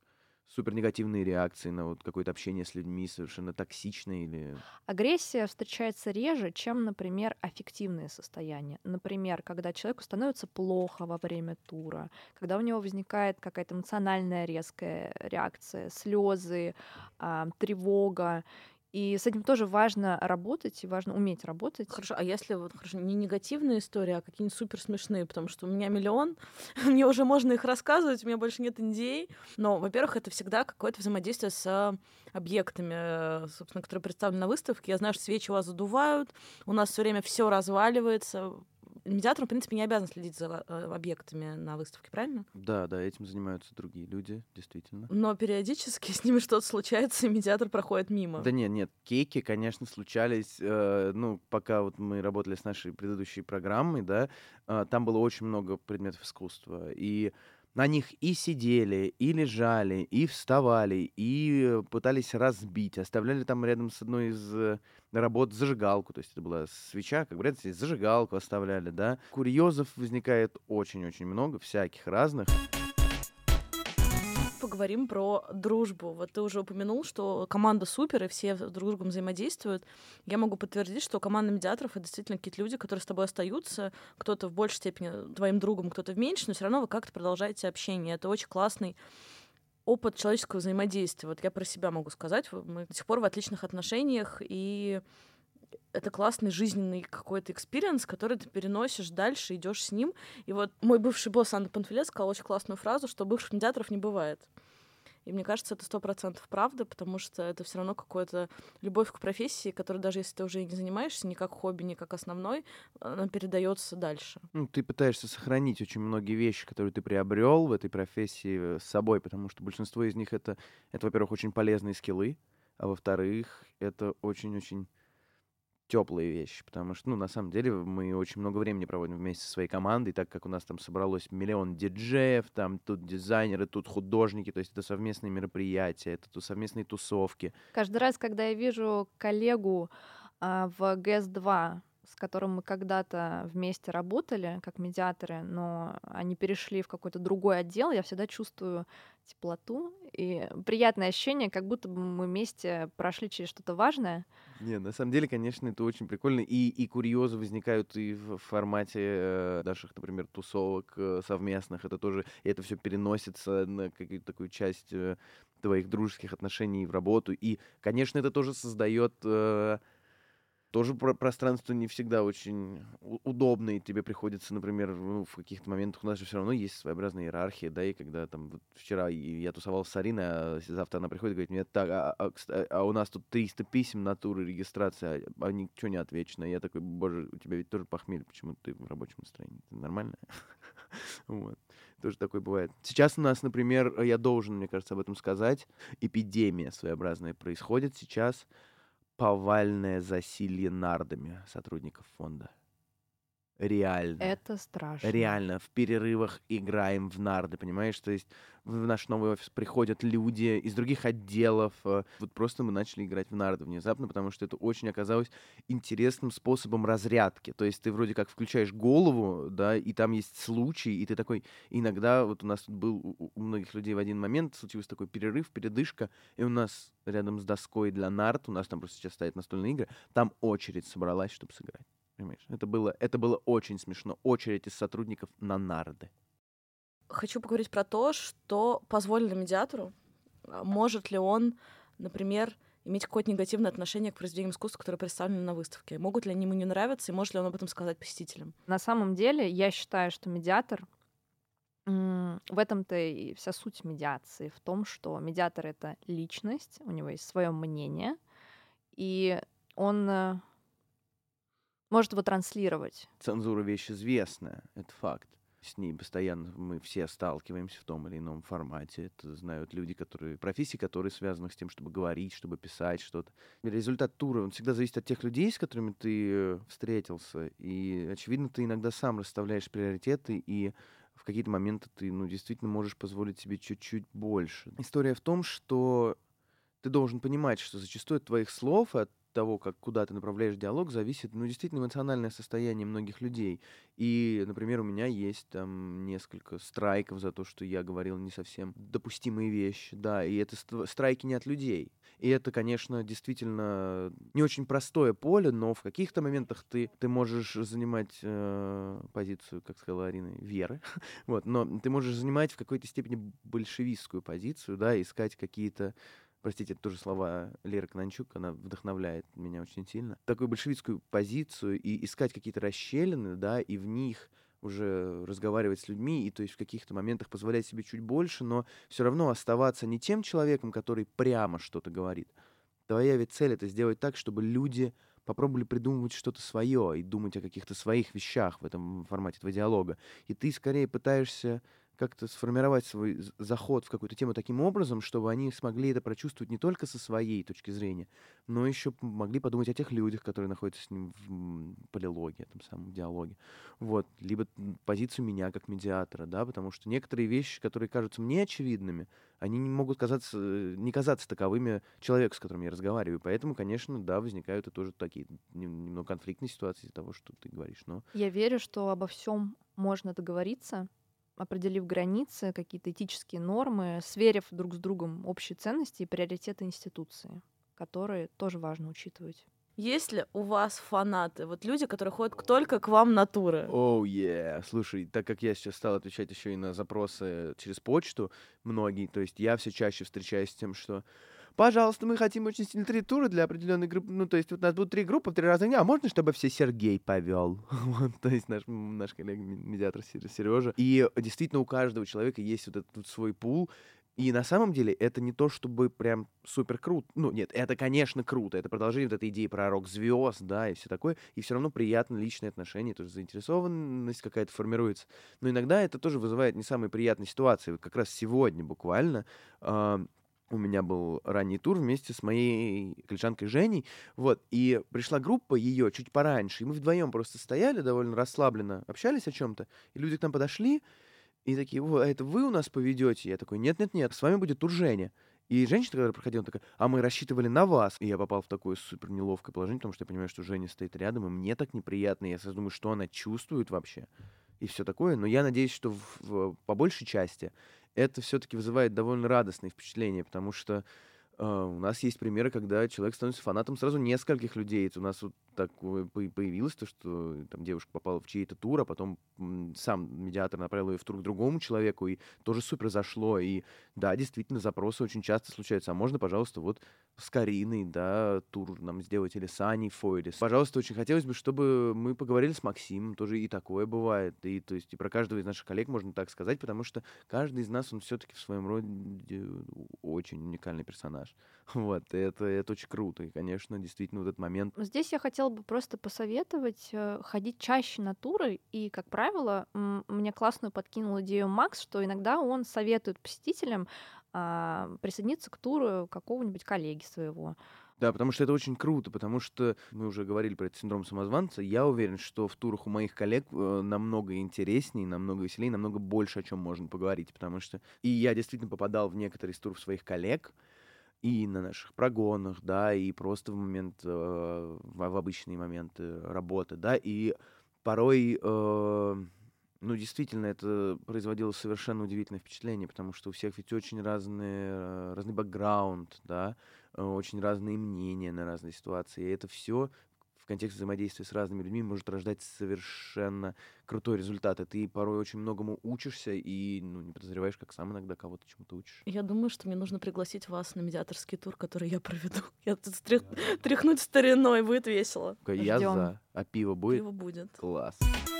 супер негативные реакции на вот какое-то общение с людьми, совершенно токсичное или... Агрессия встречается реже, чем, например, аффективные состояния. Например, когда человеку становится плохо во время тура, когда у него возникает какая-то эмоциональная резкая реакция, слезы, а, тревога. И с этим тоже важно работать, и важно уметь работать. Хорошо, а если вот хорошо, не негативные истории, а какие-нибудь супер смешные, потому что у меня миллион, мне уже можно их рассказывать, у меня больше нет эн ди эй. Но, во-первых, это всегда какое-то взаимодействие с объектами, э, собственно, которые представлены на выставке. Я знаю, что свечи у вас задувают, у нас все время все разваливается. Медиатор, в принципе, не обязан следить за э, объектами на выставке, правильно? Да, да, этим занимаются другие люди, действительно. Но периодически с ними что-то случается, и медиатор проходит мимо. Да нет, нет, кейки, конечно, случались, э, ну, пока вот мы работали с нашей предыдущей программой, да, э, там было очень много предметов искусства, и на них и сидели, и лежали, и вставали, и пытались разбить, оставляли там рядом с одной из э, работ зажигалку, то есть это была свеча, как бы рядом здесь зажигалку оставляли, да. Курьезов возникает очень-очень много, всяких разных. Поговорим про дружбу. Вот ты уже упомянул, что команда супер, и все друг с другом взаимодействуют. Я могу подтвердить, что команда медиаторов — это действительно какие-то люди, которые с тобой остаются. Кто-то в большей степени твоим другом, кто-то в меньшей, но все равно вы как-то продолжаете общение. Это очень классный опыт человеческого взаимодействия. Вот я про себя могу сказать. Мы до сих пор в отличных отношениях, и это классный жизненный какой-то экспириенс, который ты переносишь дальше, идешь с ним. И вот мой бывший босс Анна Панфилет сказала очень классную фразу, что бывших медиаторов не бывает. И мне кажется, это сто процентов правда, потому что это все равно какая-то любовь к профессии, которая, даже если ты уже не занимаешься ни как хобби, ни как основной, она передается дальше. Ну, ты пытаешься сохранить очень многие вещи, которые ты приобрел в этой профессии, с собой, потому что большинство из них это, это, во-первых, очень полезные скиллы, а во-вторых, это очень-очень теплые вещи, потому что, ну, на самом деле, мы очень много времени проводим вместе со своей командой, так как у нас там собралось миллион диджеев, там тут дизайнеры, тут художники, то есть это совместные мероприятия, это ту- совместные тусовки. Каждый раз, когда я вижу коллегу а, в ГЭС два, с которым мы когда-то вместе работали как медиаторы, но они перешли в какой-то другой отдел, я всегда чувствую теплоту и приятное ощущение, как будто бы мы вместе прошли через что-то важное. Не, на самом деле, конечно, это очень прикольно. И, и курьезы возникают и в формате э, наших, например, тусовок э, совместных. Это тоже, и это все переносится на какую-то такую часть э, твоих дружеских отношений в работу. И, конечно, это тоже создает э, тоже про- пространство не всегда очень у- удобное. И тебе приходится, например, ну, в каких-то моментах у нас же все равно есть своеобразная иерархия, да, и когда там вот вчера и я тусовал с Ариной, а завтра она приходит и говорит мне: так, а, а, кста- а у нас тут триста писем на туры регистрация, а, а ничего не отвечено. И я такой: боже, у тебя ведь тоже похмелье, почему ты в рабочем настроении? Это нормально? Вот. Тоже такое бывает. Сейчас у нас, например, я должен, мне кажется, об этом сказать, эпидемия своеобразная происходит сейчас. Повальное засилье нардами сотрудников фонда. Реально. Это страшно. Реально. В перерывах играем в нарды, понимаешь? То есть в наш новый офис приходят люди из других отделов. э, Вот просто мы начали играть в нарды внезапно, потому что это очень оказалось интересным способом разрядки. То есть ты вроде как включаешь голову, да, и там есть случай, и ты такой... Иногда вот у нас тут был у у многих людей в один момент случился такой перерыв, передышка, и у нас рядом с доской для нард, у нас там просто сейчас стоят настольные игры, там очередь собралась, чтобы сыграть. Понимаешь? Это было, это было очень смешно. Очередь из сотрудников на нарды. Хочу поговорить про то, что позволено медиатору. А Может ли он, например, иметь какое-то негативное отношение к произведениям искусства, которые представлены на выставке? Могут ли они ему не нравиться, и может ли он об этом сказать посетителям? На самом деле, я считаю, что медиатор м, в этом-то и вся суть медиации, в том, что медиатор — это личность, у него есть свое мнение, и он э, может его транслировать. Цензура — вещь известная, это факт. С ней постоянно мы все сталкиваемся в том или ином формате. Это знают люди, которые... Профессии, которые связаны с тем, чтобы говорить, чтобы писать что-то. Результат тура, он всегда зависит от тех людей, с которыми ты э, встретился. И, очевидно, ты иногда сам расставляешь приоритеты, и в какие-то моменты ты, ну, действительно можешь позволить себе чуть-чуть больше. История в том, что ты должен понимать, что зачастую от твоих слов, от того, как, куда ты направляешь диалог, зависит, ну, действительно, эмоциональное состояние многих людей. И, например, у меня есть там несколько страйков за то, что я говорил не совсем допустимые вещи, да, и это ст- страйки не от людей. И это, конечно, действительно не очень простое поле, но в каких-то моментах ты, ты можешь занимать э, позицию, как сказала Арина, веры, вот, но ты можешь занимать в какой-то степени большевистскую позицию, да, искать какие-то, простите, это тоже слова Леры Конончук, она вдохновляет меня очень сильно, такую большевистскую позицию и искать какие-то расщелины, да, и в них уже разговаривать с людьми, и то есть в каких-то моментах позволять себе чуть больше, но все равно оставаться не тем человеком, который прямо что-то говорит. Твоя ведь цель — это сделать так, чтобы люди попробовали придумывать что-то свое и думать о каких-то своих вещах в этом формате этого диалога. И ты скорее пытаешься как-то сформировать свой з- заход в какую-то тему таким образом, чтобы они смогли это прочувствовать не только со своей точки зрения, но еще п- могли подумать о тех людях, которые находятся с ним в м, полилоге, этом самом диалоге. Вот. Либо м, позицию меня как медиатора, да, потому что некоторые вещи, которые кажутся мне очевидными, они не могут казаться, э, не казаться таковыми человеку, с которым я разговариваю. Поэтому, конечно, да, возникают и тоже такие нем- немного конфликтные ситуации из-за того, что ты говоришь. Но Я верю, что обо всем можно договориться, определив границы, какие-то этические нормы, сверив друг с другом общие ценности и приоритеты институции, которые тоже важно учитывать. Есть ли у вас фанаты? Вот люди, которые ходят к- только к вам на туры. оу, yeah. Слушай, так как я сейчас стал отвечать еще и на запросы через почту, многие, то есть я все чаще встречаюсь с тем, что пожалуйста, мы хотим очень сильно три тура для определенной группы. Ну, то есть вот у нас будут три группы в три раза в день. А можно, чтобы все Сергей повел? Вот, то есть наш, м, наш коллега, ме- медиатор Сережа. И действительно у каждого человека есть вот этот вот свой пул. И на самом деле это не то, чтобы прям супер круто. Ну, нет, это, конечно, круто. Это продолжение вот этой идеи про рок-звезд, да, и все такое. И все равно приятно личные отношения, тоже заинтересованность какая-то формируется. Но иногда это тоже вызывает не самые приятные ситуации. Вот как раз сегодня буквально а, у меня был ранний тур вместе с моей коллежанкой Женей, вот, и пришла группа ее чуть пораньше, и мы вдвоем просто стояли довольно расслабленно, общались о чем-то, и люди к нам подошли, и такие: "О, а это вы у нас поведете?" Я такой: "Нет-нет-нет, с вами будет тур Женя". И женщина, которая проходила, такая: "А мы рассчитывали на вас". И я попал в такое супер неловкое положение, потому что я понимаю, что Женя стоит рядом, и мне так неприятно. Я сразу думаю, что она чувствует вообще и все такое. Но я надеюсь, что в в по большей части это все таки вызывает довольно радостные впечатления, потому что а, у нас есть примеры, когда человек становится фанатом сразу нескольких людей. Это у нас вот такое по- появилось, то, что там девушка попала в чей-то тур, а потом м, сам медиатор направил ее в тур к другому человеку, и тоже супер зашло. И да, действительно, запросы очень часто случаются. А можно, пожалуйста, вот с Кариной, да, тур нам сделать, или с Аней Фойлис. Пожалуйста, очень хотелось бы, чтобы мы поговорили с Максимом, тоже и такое бывает. И то есть и про каждого из наших коллег можно так сказать, потому что каждый из нас, он все-таки в своем роде очень уникальный персонаж. Вот, и это, это очень круто. И, конечно, действительно, вот этот момент. Здесь я хотела бы просто посоветовать э, ходить чаще на туры. И, как правило, м, мне классную подкинул идею Макс, что иногда он советует посетителям а, присоединиться к туру какого-нибудь коллеги своего. Да, потому что это очень круто, потому что мы уже говорили про этот синдром самозванца. Я уверен, что в турах у моих коллег э, намного интереснее, намного веселее, намного больше о чем можно поговорить, потому что и я действительно попадал в некоторые из туров своих коллег, и на наших прогонах, да, и просто в момент, э, в, в обычные моменты работы, да, и порой, э, ну, действительно, это производило совершенно удивительное впечатление, потому что у всех ведь очень разные, э, разный бэкграунд, да, э, очень разные мнения на разные ситуации, и это все в контексте взаимодействия с разными людьми может рождать совершенно крутой результат. И ты порой очень многому учишься и, ну, не подозреваешь, как сам иногда кого-то чему-то учишь. Я думаю, что мне нужно пригласить вас на медиаторский тур, который я проведу. Я тут стрях- тряхнуть стариной, будет весело. Такой, Я Ждём. за. А пиво будет? Пиво будет. Класс.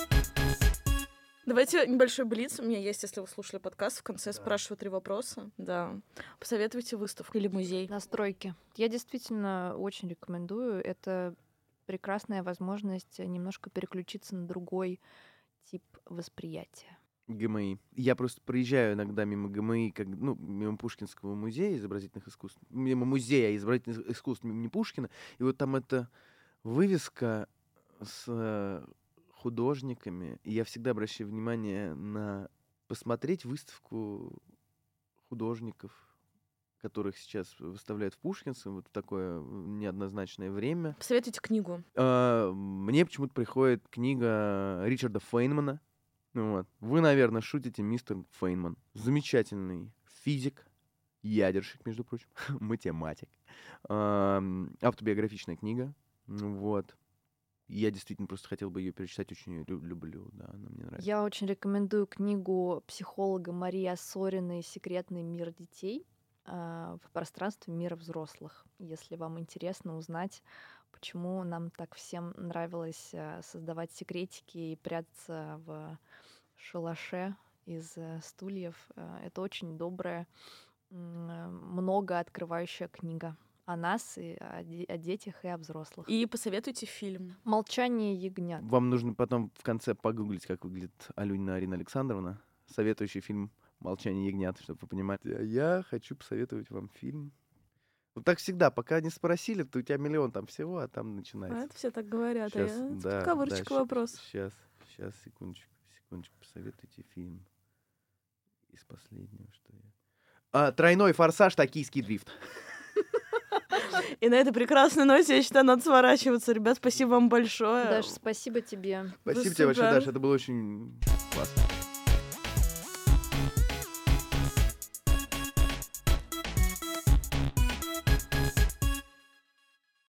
Давайте небольшой блиц. У меня есть, если вы слушали подкаст, в конце спрашиваю три вопроса. Да. Посоветуйте выставку или музей. Настройки. Я действительно очень рекомендую. Это прекрасная возможность немножко переключиться на другой тип восприятия. ГМИ. Я просто проезжаю иногда мимо ГМИ, как, ну, мимо Пушкинского музея изобразительных искусств, мимо музея изобразительных искусств имени Пушкина, и вот там эта вывеска с э, художниками, и я всегда обращаю внимание на посмотреть выставку художников, которых сейчас выставляют в Пушкинском, вот в такое неоднозначное время. Посоветуйте книгу. А, Мне почему-то приходит книга Ричарда Фейнмана. Ну вот. Вы, наверное, шутите, мистер Фейнман. Замечательный физик, ядерщик, между прочим, математик. А, Автобиографичная книга. Вот. Я действительно просто хотел бы ее перечитать, очень ее люблю, да, она мне нравится. Я очень рекомендую книгу психолога Марии Осориной «Секретный мир детей» в пространстве мира взрослых. Если вам интересно узнать, почему нам так всем нравилось создавать секретики и прятаться в шалаше из стульев. Это очень добрая, много открывающая книга о нас, и о, де- о детях и о взрослых. И посоветуйте фильм. «Молчание ягнят». Вам нужно потом в конце погуглить, как выглядит Алюнина Арина Александровна, советующий фильм «Молчание ягнят», чтобы вы понимали. Я хочу посоветовать вам фильм. Вот так всегда, пока не спросили, то у тебя миллион там всего, а там начинается. А это все так говорят, Щас, а я... да, Подковырочка да, вопрос. Сейчас, сейчас, секундочку, секундочку, посоветуйте фильм из последнего, что я... А, «Тройной форсаж. Токийский дрифт». И на этой прекрасной ноте, я считаю, надо сворачиваться. Ребят, спасибо вам большое. Даша, спасибо тебе. Спасибо Вы тебе большое, супер. Даша, это было очень классно.